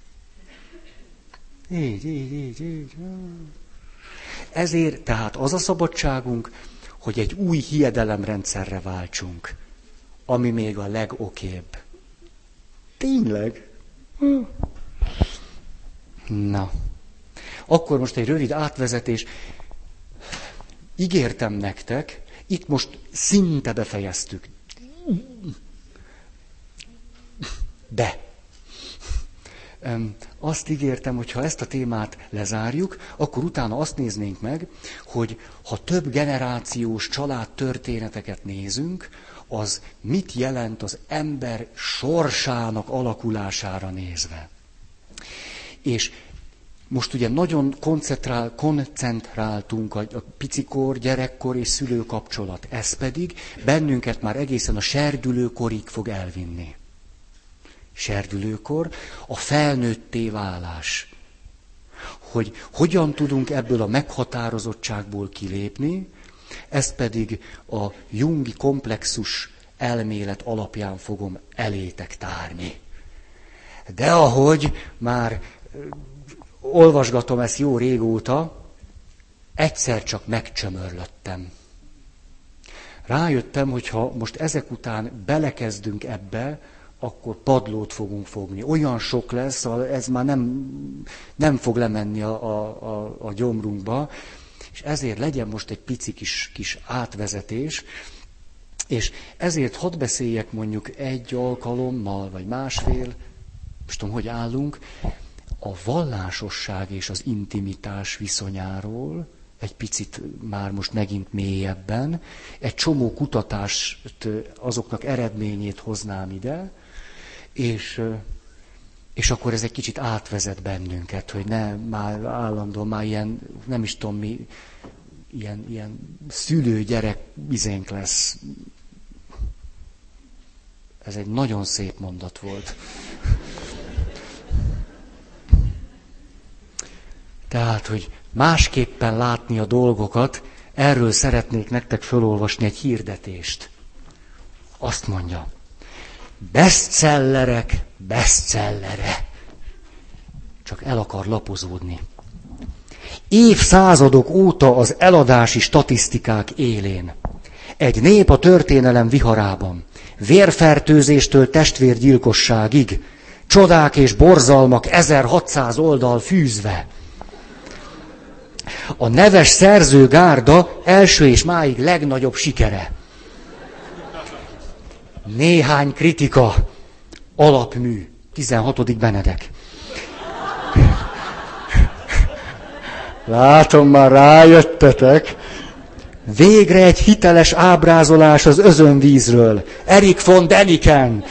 Így. Ezért tehát az a szabadságunk, hogy egy új hiedelemrendszerre váltsunk, ami még a legokébb. Tényleg? Na. Akkor most egy rövid átvezetés. Ígértem nektek, itt most szinte befejeztük. De azt ígértem, hogy ha ezt a témát lezárjuk, akkor utána azt néznénk meg, hogy ha több generációs családtörténeteket nézünk, az mit jelent az ember sorsának alakulására nézve. És most ugye nagyon koncentráltunk a picikor, gyerekkor és szülő kapcsolat. Ez pedig bennünket már egészen a serdülőkorig fog elvinni. Serdülőkor a felnőtté válás. Hogy hogyan tudunk ebből a meghatározottságból kilépni, ezt pedig a jungi komplexus elmélet alapján fogom elétek tárni. De ahogy már olvasgatom ezt jó régóta, egyszer csak megcsömörlöttem. Rájöttem, hogy ha most ezek után belekezdünk ebbe, akkor padlót fogunk fogni. Olyan sok lesz, ez már nem fog lemenni a gyomrunkba, és ezért legyen most egy pici kis átvezetés, és ezért hadd beszéljek mondjuk egy alkalommal, vagy másfél, most tudom, hogy állunk, a vallásosság és az intimitás viszonyáról, egy picit már most megint mélyebben, egy csomó kutatást, azoknak eredményét hoznám ide, és akkor ez egy kicsit átvezet bennünket, hogy ne már állandóan már ilyen, nem is tudom mi, ilyen szülő-gyerek bizénk lesz. Ez egy nagyon szép mondat volt. Tehát, hogy másképpen látni a dolgokat, erről szeretnék nektek felolvasni egy hirdetést. Azt mondja, bestsellerek, bestseller. Csak el akar lapozódni. Évszázadok óta az eladási statisztikák élén. Egy nép a történelem viharában. Vérfertőzéstől testvérgyilkosságig. Csodák és borzalmak 1600 oldal fűzve. A neves szerzőgárda első és máig legnagyobb sikere. Néhány kritika. Alapmű. 16. Benedek. Látom, már rájöttetek. Végre egy hiteles ábrázolás az özönvízről. Erik von Däniken.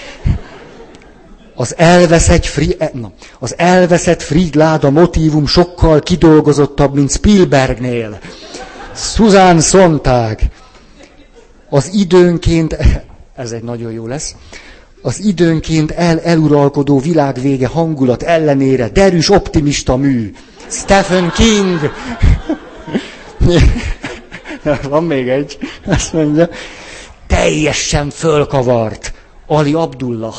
Az elveszett Friedláda motívum sokkal kidolgozottabb, mint Spielbergnél. Susan Sontag. Az időnként, ez egy nagyon jó lesz, az időnként eluralkodó világvége hangulat ellenére derűs optimista mű. Stephen King. Van még egy, azt mondja. Teljesen fölkavart. Ali Abdullah.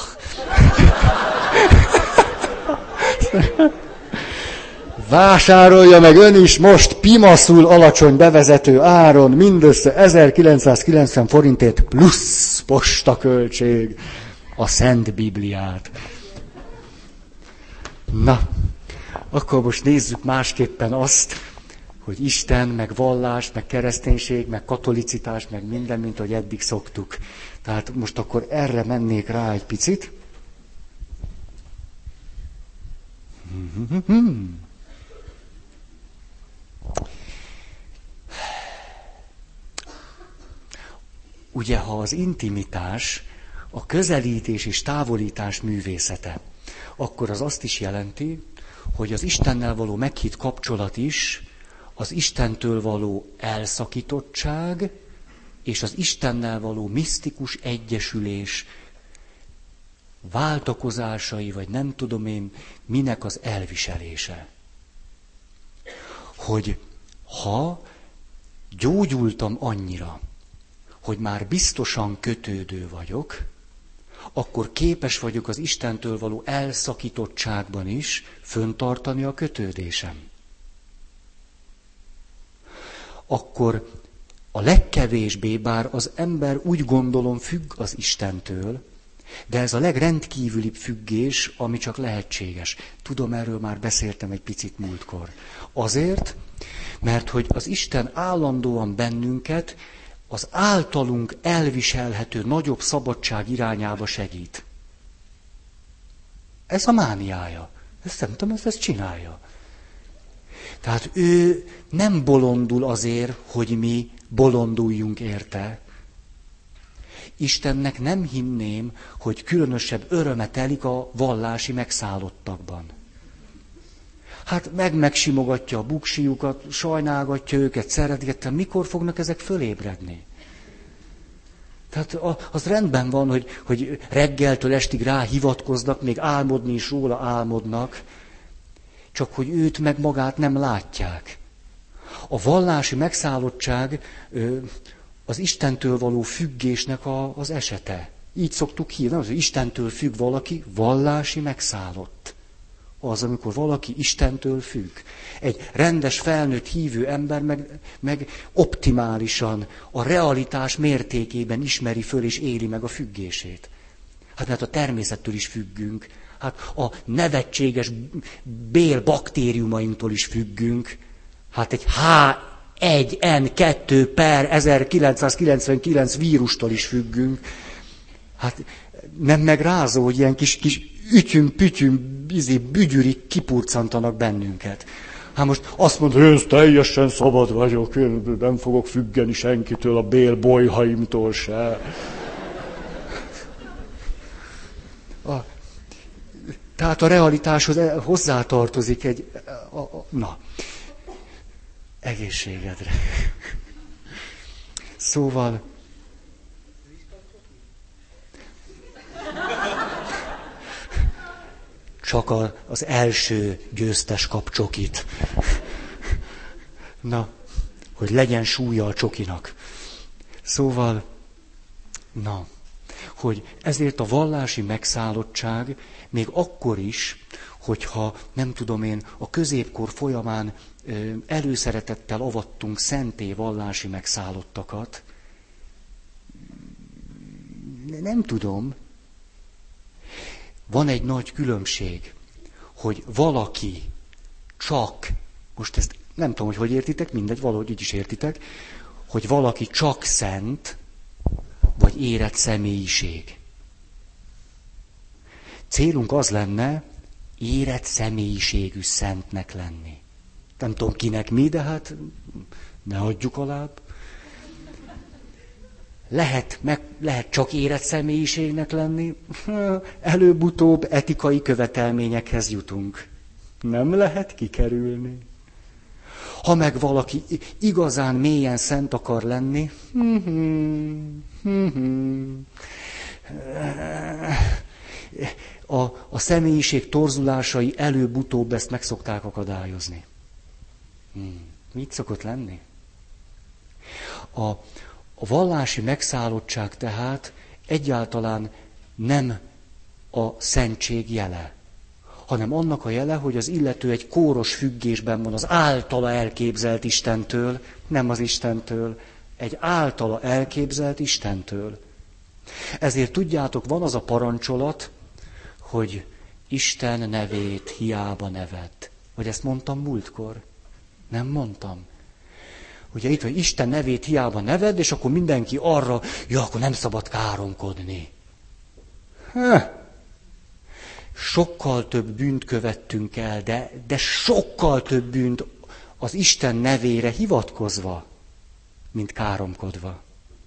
Vásárolja meg ön is most pimaszul alacsony bevezető áron, mindössze 1990 forintért plusz postaköltség a Szent Bibliát. Na, akkor most nézzük másképpen azt, hogy Isten, meg vallás, meg kereszténység, meg katolicitás, meg minden, mint ahogy eddig szoktuk. Tehát most akkor erre mennék rá egy picit. Ugye, ha az intimitás, a közelítés és távolítás művészete, akkor az azt is jelenti, hogy az Istennel való meghitt kapcsolat is az Istentől való elszakítottság és az Istennel való misztikus egyesülés váltakozásai, vagy nem tudom én, minek az elviselése. Hogy ha gyógyultam annyira, hogy már biztosan kötődő vagyok, akkor képes vagyok az Istentől való elszakítottságban is föntartani a kötődésem. Akkor a legkevésbé, bár az ember úgy gondolom függ az Istentől, de ez a legrendkívülibb függés, ami csak lehetséges. Tudom, erről már beszéltem egy picit múltkor. Azért, mert hogy az Isten állandóan bennünket az általunk elviselhető nagyobb szabadság irányába segít. Ez a mániája. Szerintem ezt csinálja. Tehát ő nem bolondul azért, hogy mi bolonduljunk érte. Istennek nem hinném, hogy különösebb öröme telik a vallási megszállottakban. Hát megsimogatja a buksiukat, sajnálgatja őket, szeretgetve, mikor fognak ezek fölébredni? Tehát az rendben van, hogy reggeltől estig ráhivatkoznak, még álmodni is róla álmodnak, csak hogy őt meg magát nem látják. A vallási megszállottság az Istentől való függésnek az esete. Így szoktuk hívni, hogy Istentől függ valaki, vallási megszállott. Az, amikor valaki Istentől függ. Egy rendes, felnőtt hívő ember meg optimálisan, a realitás mértékében ismeri föl és éli meg a függését. Hát mert a természettől is függünk. Hát a nevetséges bél baktériumainktól is függünk. Hát egy H1N2 per 1999 vírustól is függünk. Hát nem megrázó, hogy ilyen kis ütyüm-pütyüm, bügyürik kipurcantanak bennünket. Hát most azt mondod, hogy én teljesen szabad vagyok, én nem fogok függeni senkitől, a bél bolyhaimtól se. Tehát a realitáshoz hozzátartozik na, egészségedre. Szóval... Csak az első győztes kap csokit. Na, hogy legyen súlya a csokinak. Szóval, hogy ezért a vallási megszállottság még akkor is, hogyha, nem tudom én, a középkor folyamán előszeretettel avattunk szenté vallási megszállottakat. Nem tudom. Van egy nagy különbség, hogy valaki csak, most ezt nem tudom, hogy értitek, mindegy, valahogy így is értitek, hogy valaki csak szent, vagy érett személyiség. Célunk az lenne, érett személyiségű szentnek lenni. Nem tudom kinek mi, de ne hagyjuk alább. Lehet csak érett személyiségnek lenni, előbb-utóbb etikai követelményekhez jutunk. Nem lehet kikerülni. Ha meg valaki igazán mélyen szent akar lenni, a személyiség torzulásai előbb-utóbb ezt meg szokták akadályozni. Mit szokott lenni? A vallási megszállottság tehát egyáltalán nem a szentség jele, hanem annak a jele, hogy az illető egy kóros függésben van az általa elképzelt Istentől, nem az Istentől, egy általa elképzelt Istentől. Ezért tudjátok, van az a parancsolat, hogy Isten nevét hiába nevedd. Vagy ezt mondtam múltkor? Nem mondtam. Ugye itt, hogy Isten nevét hiába neved, és akkor mindenki arra, akkor nem szabad káromkodni. Sokkal több bűnt követtünk el, de sokkal több bűnt az Isten nevére hivatkozva, mint káromkodva.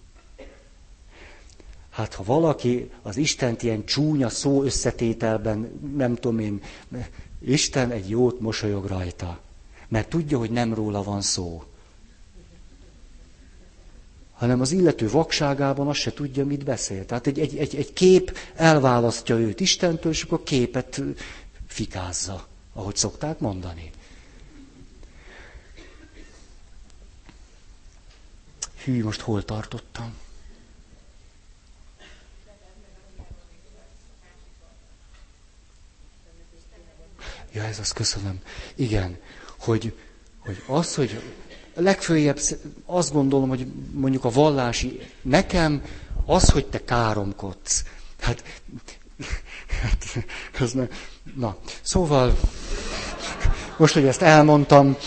Hát ha valaki az Istent ilyen csúnya szó összetételben, nem tudom én, Isten egy jót mosolyog rajta, mert tudja, hogy nem róla van szó. Hanem az illető vakságában azt se tudja, mit beszél. Tehát egy kép elválasztja őt Istentől, és akkor a képet fikázza, ahogy szokták mondani. Hű, most hol tartottam? Ja, ez az, köszönöm. Igen, hogy legfőjebb azt gondolom, hogy mondjuk a vallási, nekem az, hogy te káromkodsz. Szóval, most, hogy ezt elmondtam,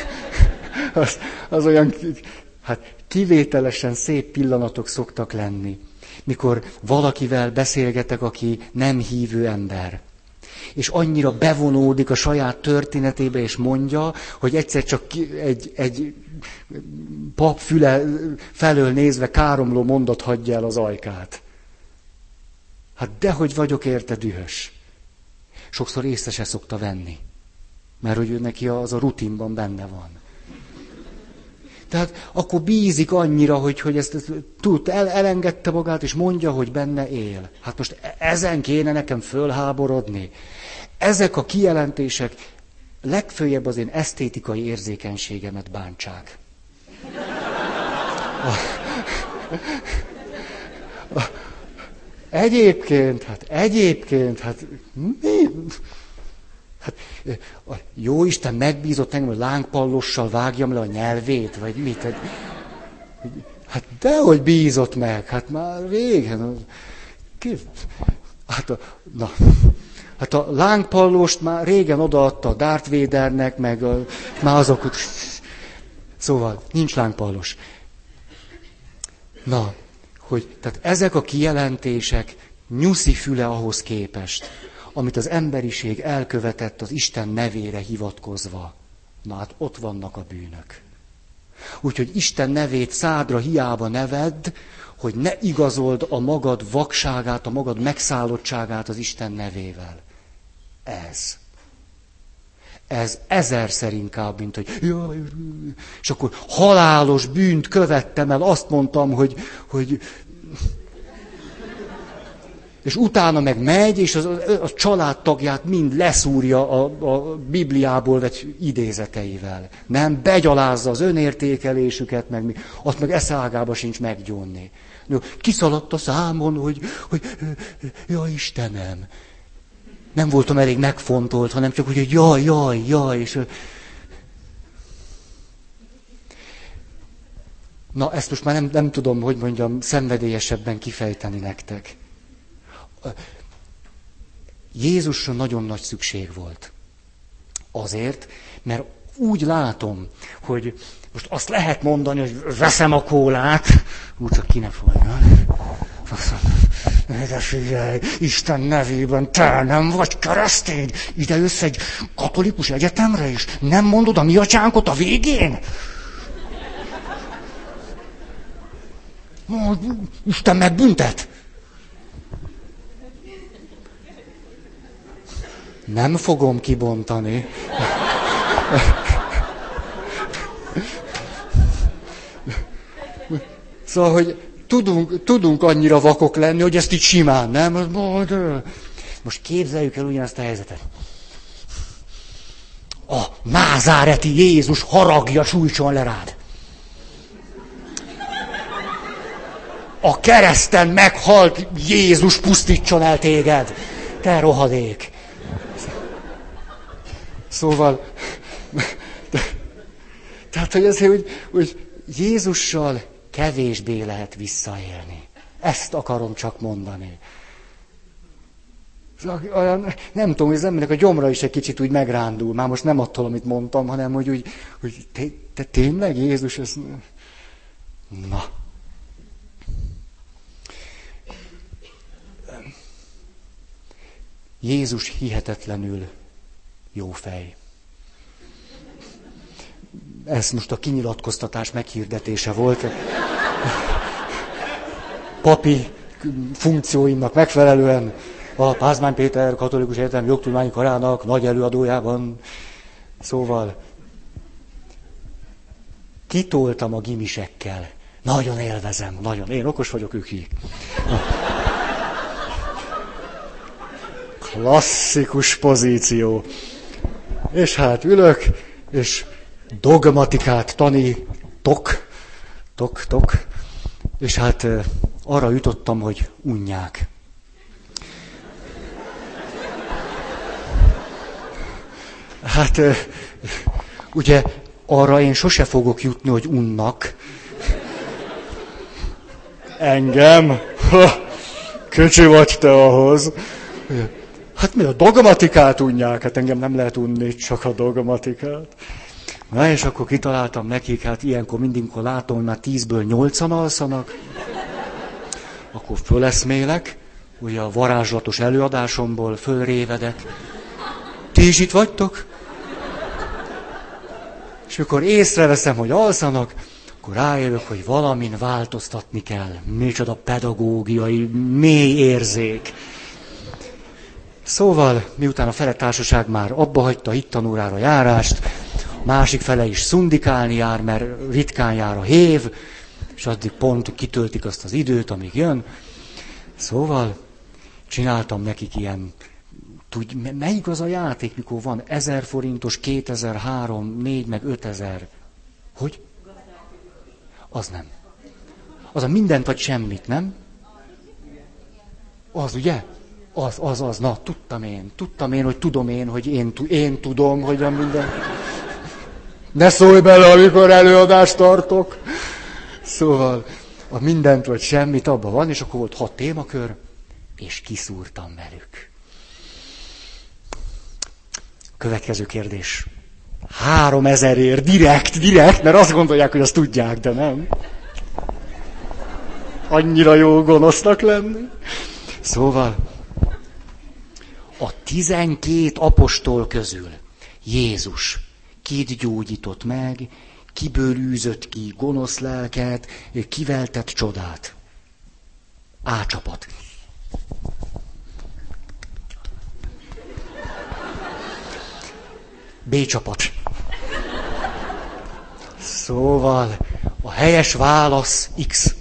az olyan, kivételesen szép pillanatok szoktak lenni, mikor valakivel beszélgetek, aki nem hívő ember. És annyira bevonódik a saját történetébe, és mondja, hogy egyszer csak egy pap füle felől nézve káromló mondat hagyja el az ajkát. Dehogy vagyok érte dühös. Sokszor észre se szokta venni, mert hogy ő neki az a rutinban benne van. Tehát akkor bízik annyira, hogy ezt elengedte magát, és mondja, hogy benne él. Most ezen kéne nekem fölháborodni. Ezek a kijelentések legfőjebb az én esztétikai érzékenységemet bántsák. Egyébként, mi? A Jóisten megbízott engem, hogy lángpallossal vágjam le a nyelvét, vagy mit? Dehogy bízott meg, már régen. A lángpallost már régen odaadta a Darth Vadernek, meg már azok. Szóval, nincs lángpallos. Tehát ezek a kijelentések nyuszi füle ahhoz képest, amit az emberiség elkövetett az Isten nevére hivatkozva. Ott vannak a bűnök. Úgyhogy Isten nevét szádra hiába nevedd, hogy ne igazold a magad vakságát, a magad megszállottságát az Isten nevével. Ez ezerszer inkább, mint hogy jaj, és akkor halálos bűnt követtem el, azt mondtam, hogy és utána meg megy, és a családtagját mind leszúrja a Bibliából vett idézeteivel. Nem, begyalázza az önértékelésüket, azt meg eszágába sincs meggyónni. Kiszaladt a számon, hogy ja Istenem, nem voltam elég megfontolt, hanem csak úgy, hogy jaj, és Na, ezt most már nem tudom, hogy mondjam, szenvedélyesebben kifejteni nektek. Jézusra nagyon nagy szükség volt. Azért, mert úgy látom, hogy most azt lehet mondani, hogy veszem a kólát, úgy csak ki ne folyjon. De figyelj, Isten nevében, te nem vagy keresztény, ide jössz egy katolikus egyetemre is, nem mondod a mi atyánkot a végén? Isten megbüntet. Nem fogom kibontani. Szóval, hogy tudunk annyira vakok lenni, hogy ezt így simán, nem? Most képzeljük el ugyanezt a helyzetet. A názáreti Jézus haragja sújtson le rád. A kereszten meghalt Jézus pusztítson el téged. Te rohadék. Szóval, tehát, hogy azért, hogy Jézussal kevésbé lehet visszaélni. Ezt akarom csak mondani. Olyan, nem tudom, hogy az embernek a gyomra is egy kicsit úgy megrándul. Már most nem attól, amit mondtam, hanem hogy te tényleg Jézus, ez... Na. Jézus hihetetlenül jó fej. Ez most a kinyilatkoztatás meghirdetése volt. Papi funkcióimnak megfelelően a Pázmány Péter Katolikus Egyetem Jogtudományi Karának nagy előadójában. Szóval kitoltam a gimisekkel. Nagyon élvezem, nagyon. Én okos vagyok, ők hülyék. Klasszikus pozíció. És hát ülök, és dogmatikát tanítok, és hát arra jutottam, hogy unják. Hát, ugye arra én sose fogok jutni, hogy unnak. Engem? Kicsi vagy te ahhoz. Hát mi a dogmatikát unják? Hát engem nem lehet unni, csak a dogmatikát. Na és akkor kitaláltam nekik, hát ilyenkor mindikor látom, hogy már 10-ből 8-an alszanak. Akkor föleszmélek, ugye a varázslatos előadásomból fölrévedek. Ti is itt vagytok? És akkor észreveszem, hogy alszanak, akkor rájövök, hogy valamin változtatni kell. Micsoda pedagógiai mély érzék. Szóval, miután a fele társaság már abbahagyta a hittanórára járást, a másik fele is szundikálni jár, mert ritkán jár a hév, és addig pont kitöltik azt az időt, amíg jön. Szóval csináltam nekik ilyen, melyik az a játék, mikor van 1000 forintos, 2000, 3, 4, meg 5000? Hogy? Az nem. Az a mindent vagy semmit, nem? Az, ugye? Az, na, tudtam én, hogy tudom én, hogy én tudom, hogy a minden... Ne szólj bele, amikor előadást tartok! Szóval, a mindent vagy semmit abban van, és akkor volt 6 témakör, és kiszúrtam velük. Következő kérdés. 3000-ért, direkt, mert azt gondolják, hogy azt tudják, de nem. Annyira jó gonosznak lenni. Szóval, a 12 apostol közül Jézus kit gyógyított meg, kiből űzött ki gonosz lelket, kivel tett csodát. A csapat. B csapat. Szóval a helyes válasz X.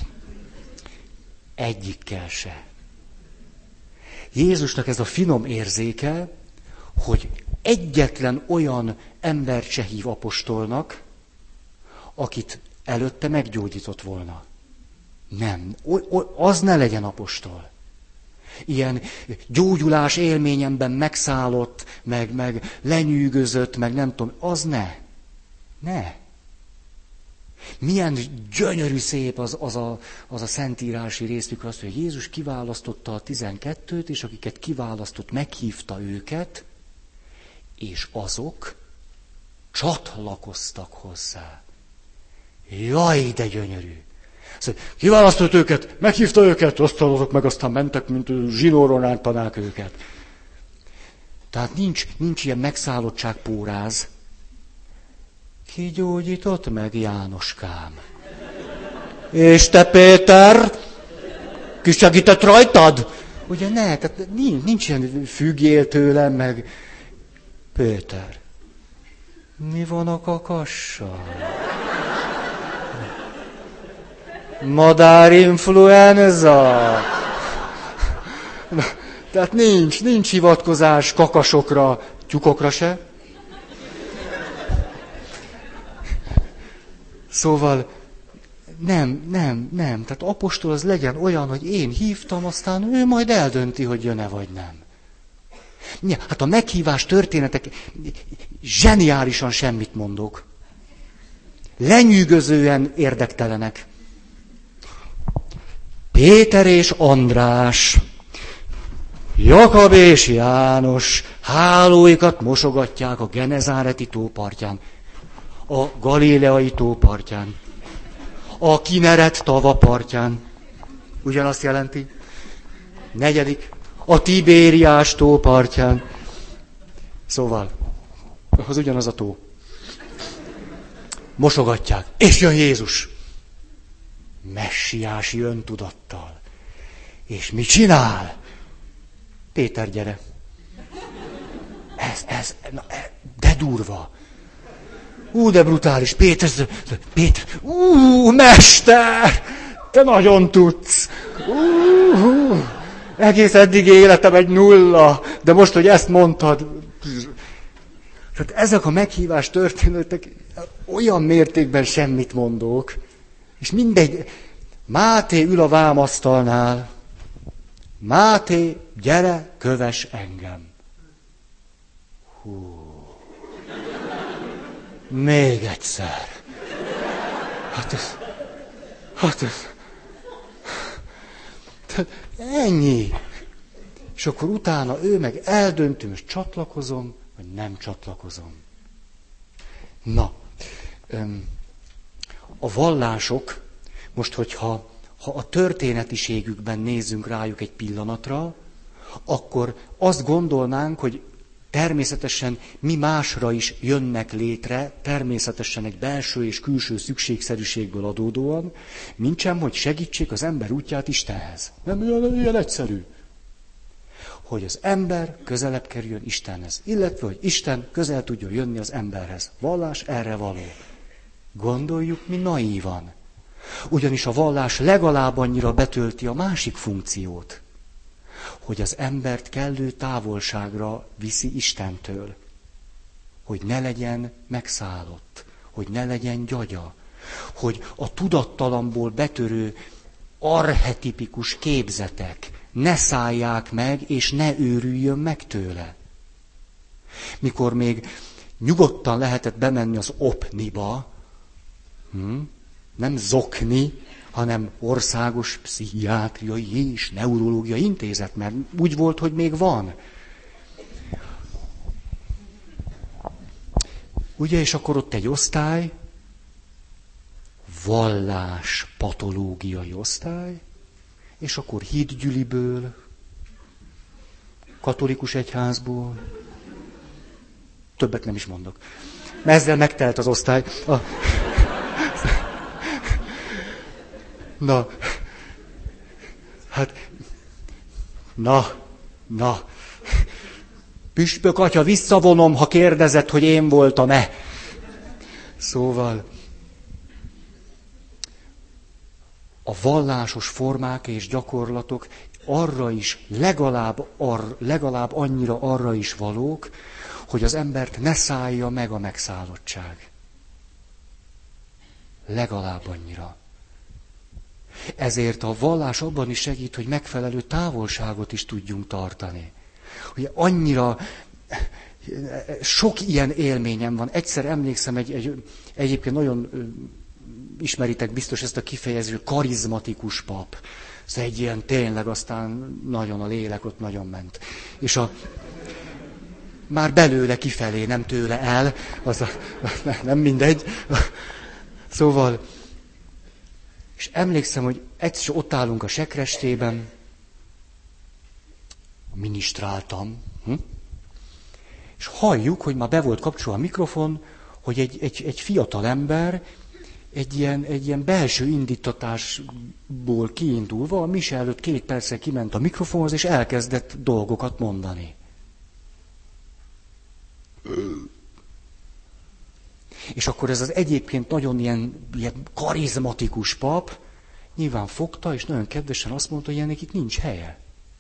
Egyikkel se. Jézusnak ez a finom érzéke, hogy egyetlen olyan embert se hív apostolnak, akit előtte meggyógyított volna. Nem, az ne legyen apostol. Ilyen gyógyulás élményemben megszállott, meg lenyűgözött, meg nem tudom, az ne. Ne. Milyen gyönyörű szép az a szentírási rész, mikor azt mondja, hogy Jézus kiválasztotta a 12-t, és akiket kiválasztott, meghívta őket, és azok csatlakoztak hozzá. Jaj, de gyönyörű! Szóval, kiválasztott őket, meghívta őket, aztán meg mentek, mint zsinóron rántanák őket. Tehát nincs ilyen megszállottságpóráz. Ki gyógyított meg, Jánoskám? És te, Péter? Ki segített rajtad? Ugye ne, tehát nincs ilyen függél tőlem, meg... Péter, mi van a kakassal? Madárinfluenza. Tehát nincs hivatkozás kakasokra, tyúkokra se. Szóval nem. Tehát apostol az legyen olyan, hogy én hívtam, aztán ő majd eldönti, hogy jön-e vagy nem. Ja, hát a meghívás történetek zseniálisan semmit mondok. Lenyűgözően érdektelenek. Péter és András, Jakab és János hálóikat mosogatják a Genezáreti tópartján, a Galileai tópartján, a Kineret tava partján. Ugyanazt jelenti? 4. A Tibériás tópartján. Szóval, az ugyanaz a tó. Mosogatják, és jön Jézus. Messiási öntudattal. És mit csinál? Péter, gyere. De durva. De brutális. Péter, mester! Te nagyon tudsz. Egész eddig életem egy 0, de most, hogy ezt mondtad. Tehát ezek a meghívás történetek olyan mértékben semmit mondók, és mindegy. Máté ül a vámasztalnál. Máté, gyere, kövess engem. Még egyszer. Hát ez. Ennyi. És akkor utána ő meg eldönti, hogy csatlakozom, vagy nem csatlakozom. Na, a vallások, most, hogyha a történetiségükben nézzünk rájuk egy pillanatra, akkor azt gondolnánk, hogy természetesen mi másra is jönnek létre, természetesen egy belső és külső szükségszerűségből adódóan, mintsem, hogy segítsék az ember útját Istenhez. Nem ilyen egyszerű. Hogy az ember közelebb kerüljön Istenhez, illetve, hogy Isten közel tudjon jönni az emberhez. Vallás erre való. Gondoljuk mi naívan. Ugyanis a vallás legalább annyira betölti a másik funkciót, hogy az embert kellő távolságra viszi Istentől. Hogy ne legyen megszállott, hogy ne legyen gyagya, hogy a tudattalamból betörő archetipikus képzetek ne szállják meg, és ne őrüljön meg tőle. Mikor még nyugodtan lehetett bemenni az opniba, nem zokni, hanem országos pszichiátriai és neurológiai intézet, mert úgy volt, hogy még van. Ugye, és akkor ott egy osztály, vallás patológiai osztály, és akkor hitgyüliből, katolikus egyházból, többet nem is mondok. Ezzel megtelt az osztály. Na. Püspök atya, visszavonom, ha kérdezett, hogy én voltam-e. Szóval a vallásos formák és gyakorlatok arra is, legalább annyira arra is valók, hogy az embert ne szállja meg a megszállottság. Legalább annyira. Ezért a vallás abban is segít, hogy megfelelő távolságot is tudjunk tartani. Ugye annyira sok ilyen élményem van. Egyszer emlékszem, egyébként nagyon ismeritek biztos ezt a kifejezést, karizmatikus pap. Ez egy ilyen tényleg, aztán nagyon a lélek ott nagyon ment. És már belőle kifelé, nem tőle el, nem mindegy. Szóval, és emlékszem, hogy egyszer ott állunk a sekrestében, ministráltam, és halljuk, hogy már be volt kapcsolva a mikrofon, hogy egy fiatal ember egy ilyen belső indítatásból kiindulva, a mise előtt 2 percre kiment a mikrofonhoz, és elkezdett dolgokat mondani. És akkor ez az egyébként nagyon ilyen karizmatikus pap nyilván fogta, és nagyon kedvesen azt mondta, hogy ennek itt nincs helye.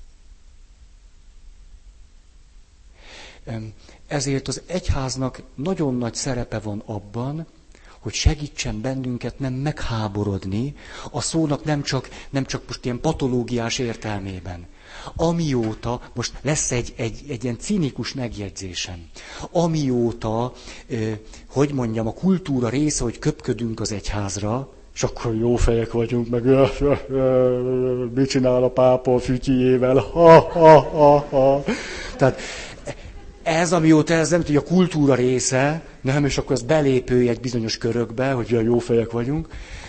Ezért az egyháznak nagyon nagy szerepe van abban, hogy segítsen bennünket nem megháborodni, a szónak nem csak most ilyen patológiás értelmében. Amióta, most lesz egy ilyen cinikus megjegyzésem, amióta, hogy mondjam, a kultúra része, hogy köpködünk az egyházra, és akkor jó fejek vagyunk, meg mit csinál a pápa a fütyijével, Tehát ez, amióta ez nem tudja, a kultúra része, nem, és akkor ez belépő egy bizonyos körökbe, hogy jó fejek vagyunk,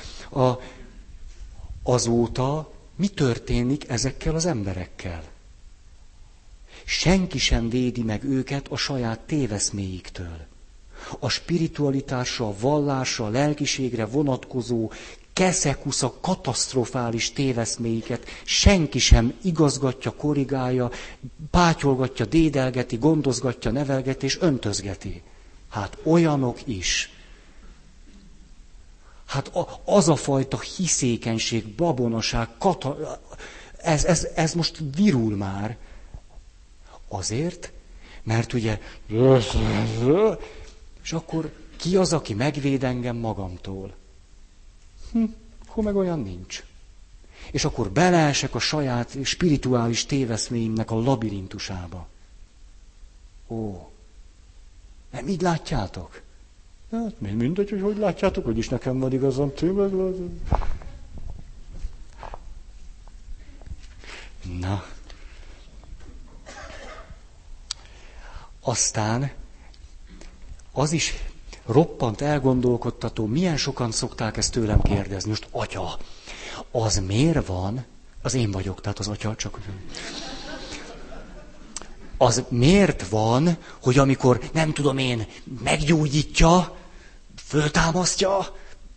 azóta mi történik ezekkel az emberekkel? Senki sem védi meg őket a saját téveszméiktől. A spiritualitásra, a vallásra, a lelkiségre vonatkozó keszekusza katasztrofális téveszméiket senki sem igazgatja, korrigálja, pátyolgatja, dédelgeti, gondozgatja, nevelgeti és öntözgeti. Hát olyanok is. Hát az a fajta hiszékenység, babonaság, ez most virul már. Azért, mert ugye, és akkor ki az, aki megvéd engem magamtól? Akkor meg olyan nincs. És akkor beleesek a saját spirituális téveszméimnek a labirintusába. Nem így látjátok? Hát mindegy, hogy látjátok, hogy is nekem van igazam, tényleg. Na. Aztán az is roppant elgondolkodtató, milyen sokan szokták ezt tőlem kérdezni. Most, atya, az miért van, az én vagyok, tehát az atya, csak az miért van, hogy amikor, nem tudom én, meggyógyítja, föltámasztja,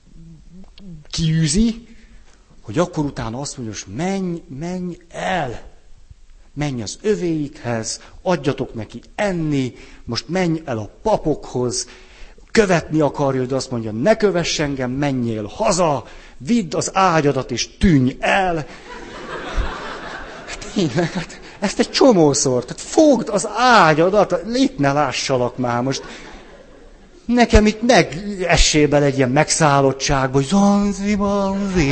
kiűzi, hogy akkor utána azt mondja, hogy menj el, menj az övéikhez, adjatok neki enni, most menj el a papokhoz, követni akarja, de azt mondja, ne kövess engem, menjél haza, vidd az ágyadat és tűnj el. Tényleg, hát ezt egy csomószor, tehát fogd az ágyadat, itt ne lássalak már most. Nekem itt megessél bele egy ilyen megszállottságba, hogy zanzi.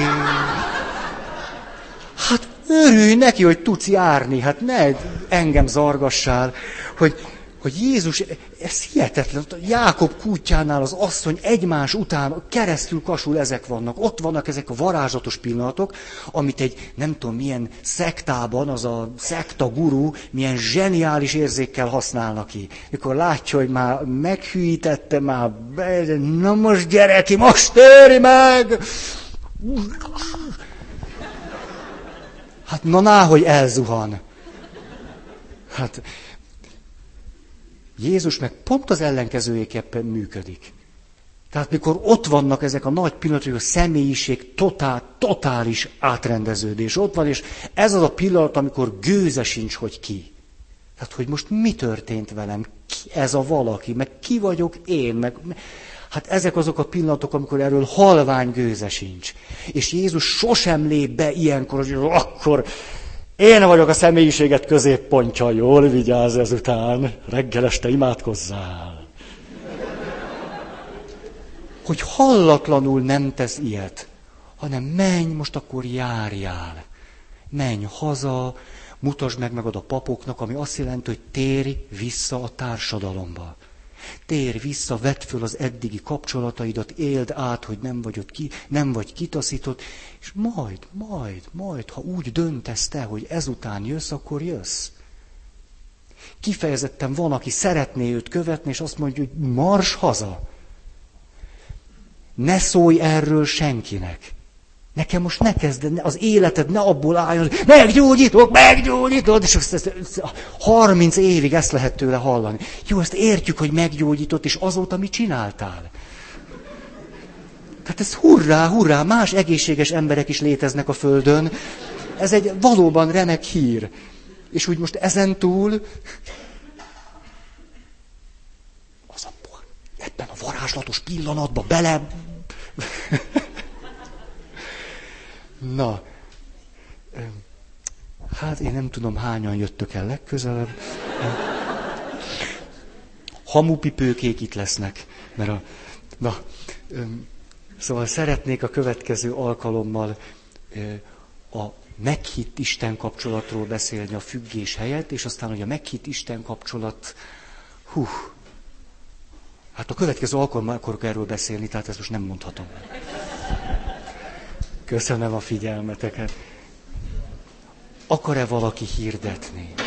Hát örülj neki, hogy tudsz járni, hát ne engem zargassál, hogy Jézus, ez hihetetlen, Jákob kútjánál az asszony egymás után keresztül kasul ezek vannak. Ott vannak ezek a varázslatos pillanatok, amit egy nem tudom milyen szektában, az a szekta guru milyen zseniális érzékkel használnak ki. Mikor látja, hogy már meghűítette, már na most gyere ki, most éri meg! Hát na, hogy elzuhan. Hát Jézus meg pont az ellenkezőjéképpen működik. Tehát mikor ott vannak ezek a nagy pillanatok, a személyiség totális átrendeződés ott van, és ez az a pillanat, amikor gőze sincs, hogy ki. Tehát, hogy most mi történt velem, ki ez a valaki, meg ki vagyok én, meg... Hát ezek azok a pillanatok, amikor erről halvány gőze sincs. És Jézus sosem lép be ilyenkor, hogy akkor... Én vagyok a személyiséget középpontja, jól vigyázz ezután, reggel este imádkozzál. Hogy hallatlanul nem tesz ilyet, hanem menj, most akkor járjál. Menj haza, mutasd meg magad a papoknak, ami azt jelenti, hogy térj vissza a társadalomba. Térj vissza, vedd föl az eddigi kapcsolataidat, éld át, hogy nem vagy kitaszított, és majd, ha úgy döntesz te, hogy ezután jössz, akkor jössz. Kifejezetten van, aki szeretné őt követni, és azt mondja, hogy mars haza. Ne szólj erről senkinek. Nekem most ne kezd, az életed ne abból álljon, hogy meggyógyítod, és 30 évig ezt lehet tőle hallani. Jó, ezt értjük, hogy meggyógyított, és azóta mit csináltál? Tehát ez hurrá, más egészséges emberek is léteznek a Földön. Ez egy valóban remek hír. És úgy most ezen túl, az ebben a varázslatos pillanatban bele... Na, hát én nem tudom, hányan jöttök el legközelebb. Hamupipőkék itt lesznek, mert szóval szeretnék a következő alkalommal a meghitt Isten kapcsolatról beszélni a függés helyett, és aztán, hogy a meghitt Isten kapcsolat, hát a következő alkalommal akarok erről beszélni, tehát ezt most nem mondhatom. Köszönöm a figyelmeteket. Akar-e valaki hirdetni?